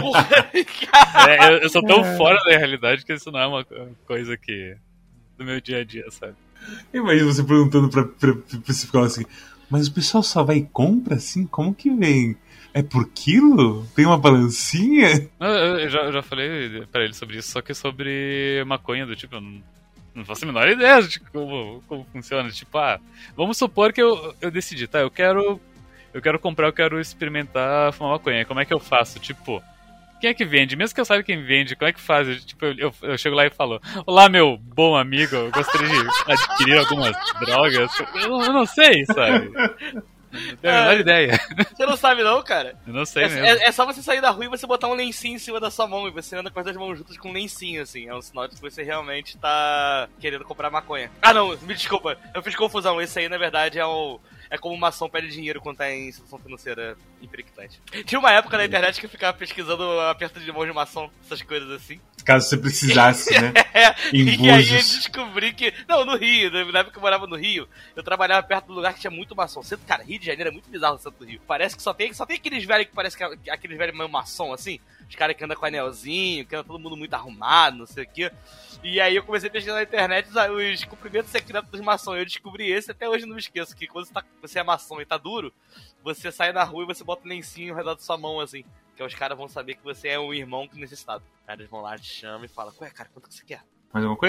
Eu sou tão fora da realidade que isso não é uma coisa que. Do meu dia a dia, sabe? Imagina você perguntando pra psicólogo assim: mas o pessoal só vai e compra assim? Como que vem? É por quilo? Tem uma balancinha? Eu já falei pra ele sobre isso, só que sobre maconha, do tipo, eu não faço a menor ideia de como funciona. Tipo, vamos supor que eu decidi, tá? Eu quero comprar, eu quero experimentar fumar maconha. Como é que eu faço? Tipo, quem é que vende? Mesmo que eu saiba quem vende, como é que faz? Eu chego lá e falo: olá, meu bom amigo, eu gostaria de adquirir algumas drogas. Eu não sei, sabe? Não tenho a menor ideia. Você não sabe não, cara? Eu não sei mesmo. É só você sair da rua e você botar um lencinho em cima da sua mão e você anda com as duas mãos juntas com um lencinho, assim. É um sinal de que você realmente tá querendo comprar maconha. Não, me desculpa. Eu fiz confusão. Esse aí, na verdade, é como uma ação pede dinheiro quando tá em situação financeira impactante. Tinha uma época na internet que eu ficava pesquisando aperto de mão de maçom, essas coisas assim. Caso você precisasse, né? E aí eu descobri que... Não, no Rio, na época que eu morava no Rio, eu trabalhava perto do lugar que tinha muito maçom. Cara, Rio de Janeiro é muito bizarro o centro do Rio. Parece que só tem aqueles velhos que parece que aqueles velhos meio maçom, assim. Os caras que andam com anelzinho, que anda todo mundo muito arrumado, não sei o quê. E aí eu comecei a pesquisar na internet os cumprimentos secretos dos maçons. Eu descobri esse, até hoje não me esqueço, que quando você é maçom e tá duro, você sai na rua e você bota um lencinho ao redor da sua mão, assim. Que os caras vão saber que você é um irmão necessitado. Aí eles vão lá, te chamam e falam: ué, cara, quanto que você quer? Mais alguma coisa?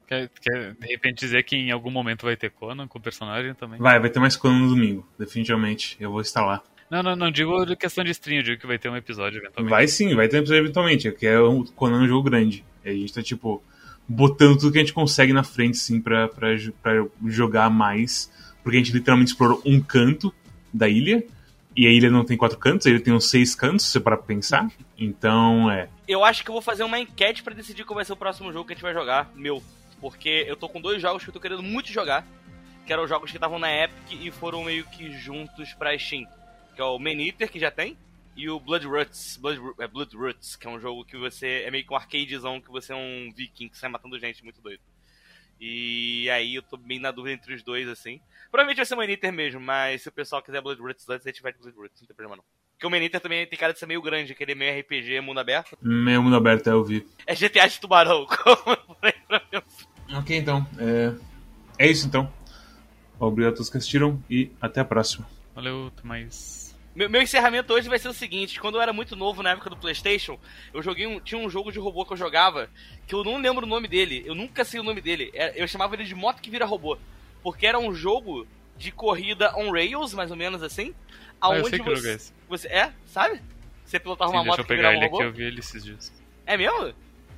Quer de repente dizer que em algum momento vai ter Conan com o personagem também? Vai ter mais Conan no domingo, definitivamente. Eu vou estar lá. Não digo de questão de stream, eu digo que vai ter um episódio eventualmente. Vai sim, vai ter um episódio eventualmente, que é o Conan um jogo grande. E a gente tá, tipo, botando tudo que a gente consegue na frente, sim, pra jogar mais. Porque a gente literalmente explorou um canto da ilha. E a ilha não tem 4 cantos, a ilha tem uns 6 cantos, se você parar pra pensar. Então, Eu acho que eu vou fazer uma enquete pra decidir qual vai ser o próximo jogo que a gente vai jogar, meu. Porque eu tô com 2 jogos que eu tô querendo muito jogar. Que eram jogos que estavam na Epic e foram meio que juntos pra Steam. Que é o Maneater, que já tem. E o Blood Roots, que é um jogo que você... É meio que um arcadezão, que você é um viking que sai matando gente, muito doido. E aí eu tô bem na dúvida entre os dois, assim. Provavelmente vai ser o Maneater mesmo, mas se o pessoal quiser Blood Roots antes, a gente vai com Blood Roots, não tem problema não. Porque o Maneater também tem cara de ser meio grande, aquele meio RPG, mundo aberto. meio mundo aberto, eu vi. É GTA de tubarão, como eu falei pra pensar. Ok, então. É isso, então. Obrigado a todos que assistiram e até a próxima. Valeu, até mais. Meu encerramento hoje vai ser o seguinte: quando eu era muito novo na época do PlayStation, eu tinha um jogo de robô que eu jogava, que eu não lembro o nome dele, eu nunca sei o nome dele. Eu chamava ele de Moto que Vira Robô, porque era um jogo de corrida on rails, mais ou menos assim, aonde eu sei que jogo é esse. você sabe? Você pilotava uma Sim, moto deixa eu que pegar virava um ele robô. aqui, eu vi ele esses dias. É mesmo?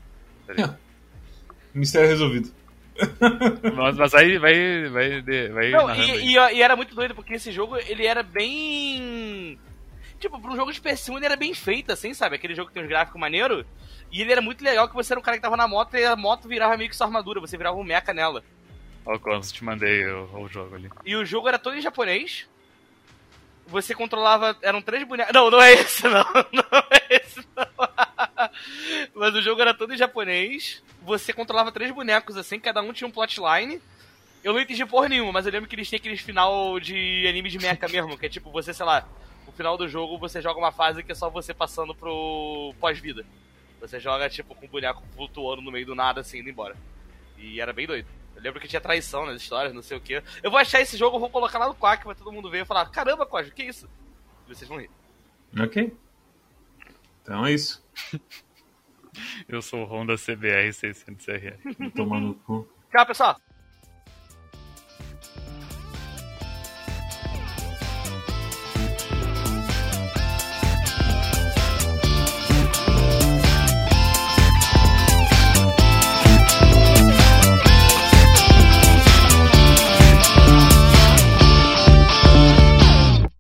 Mistério resolvido. Mas aí vai Não, narrando aí. e era muito doido, porque esse jogo, ele era bem... Tipo, pra um jogo de PS1 ele era bem feito, assim, sabe? Aquele jogo que tem uns gráficos maneiros. E ele era muito legal, que você era um cara que tava na moto e a moto virava meio que sua armadura, você virava um mecha nela. Ó, quando te mandei o jogo ali. E o jogo era todo em japonês. Você controlava... Eram 3 bonecos... Não, não é esse, não. Não é esse, não. Mas o jogo era todo em japonês. Você controlava 3 bonecos, assim, cada um tinha um plotline. Eu não entendi porra nenhuma, mas eu lembro que eles tinham aqueles final de anime de mecha mesmo, que é tipo, você, sei lá, no final do jogo você joga uma fase que é só você passando pro pós-vida. Você joga, tipo, com o boneco flutuando no meio do nada, assim, indo embora. E era bem doido. Eu lembro que tinha traição nas histórias, não sei o que. Eu vou achar esse jogo, eu vou colocar lá no Quack pra todo mundo ver e falar: caramba, Quack, o que é isso? E vocês vão rir. Ok. Então é isso. Eu sou o Honda CBR 600RR. Tomar no cu. Tchau, pessoal!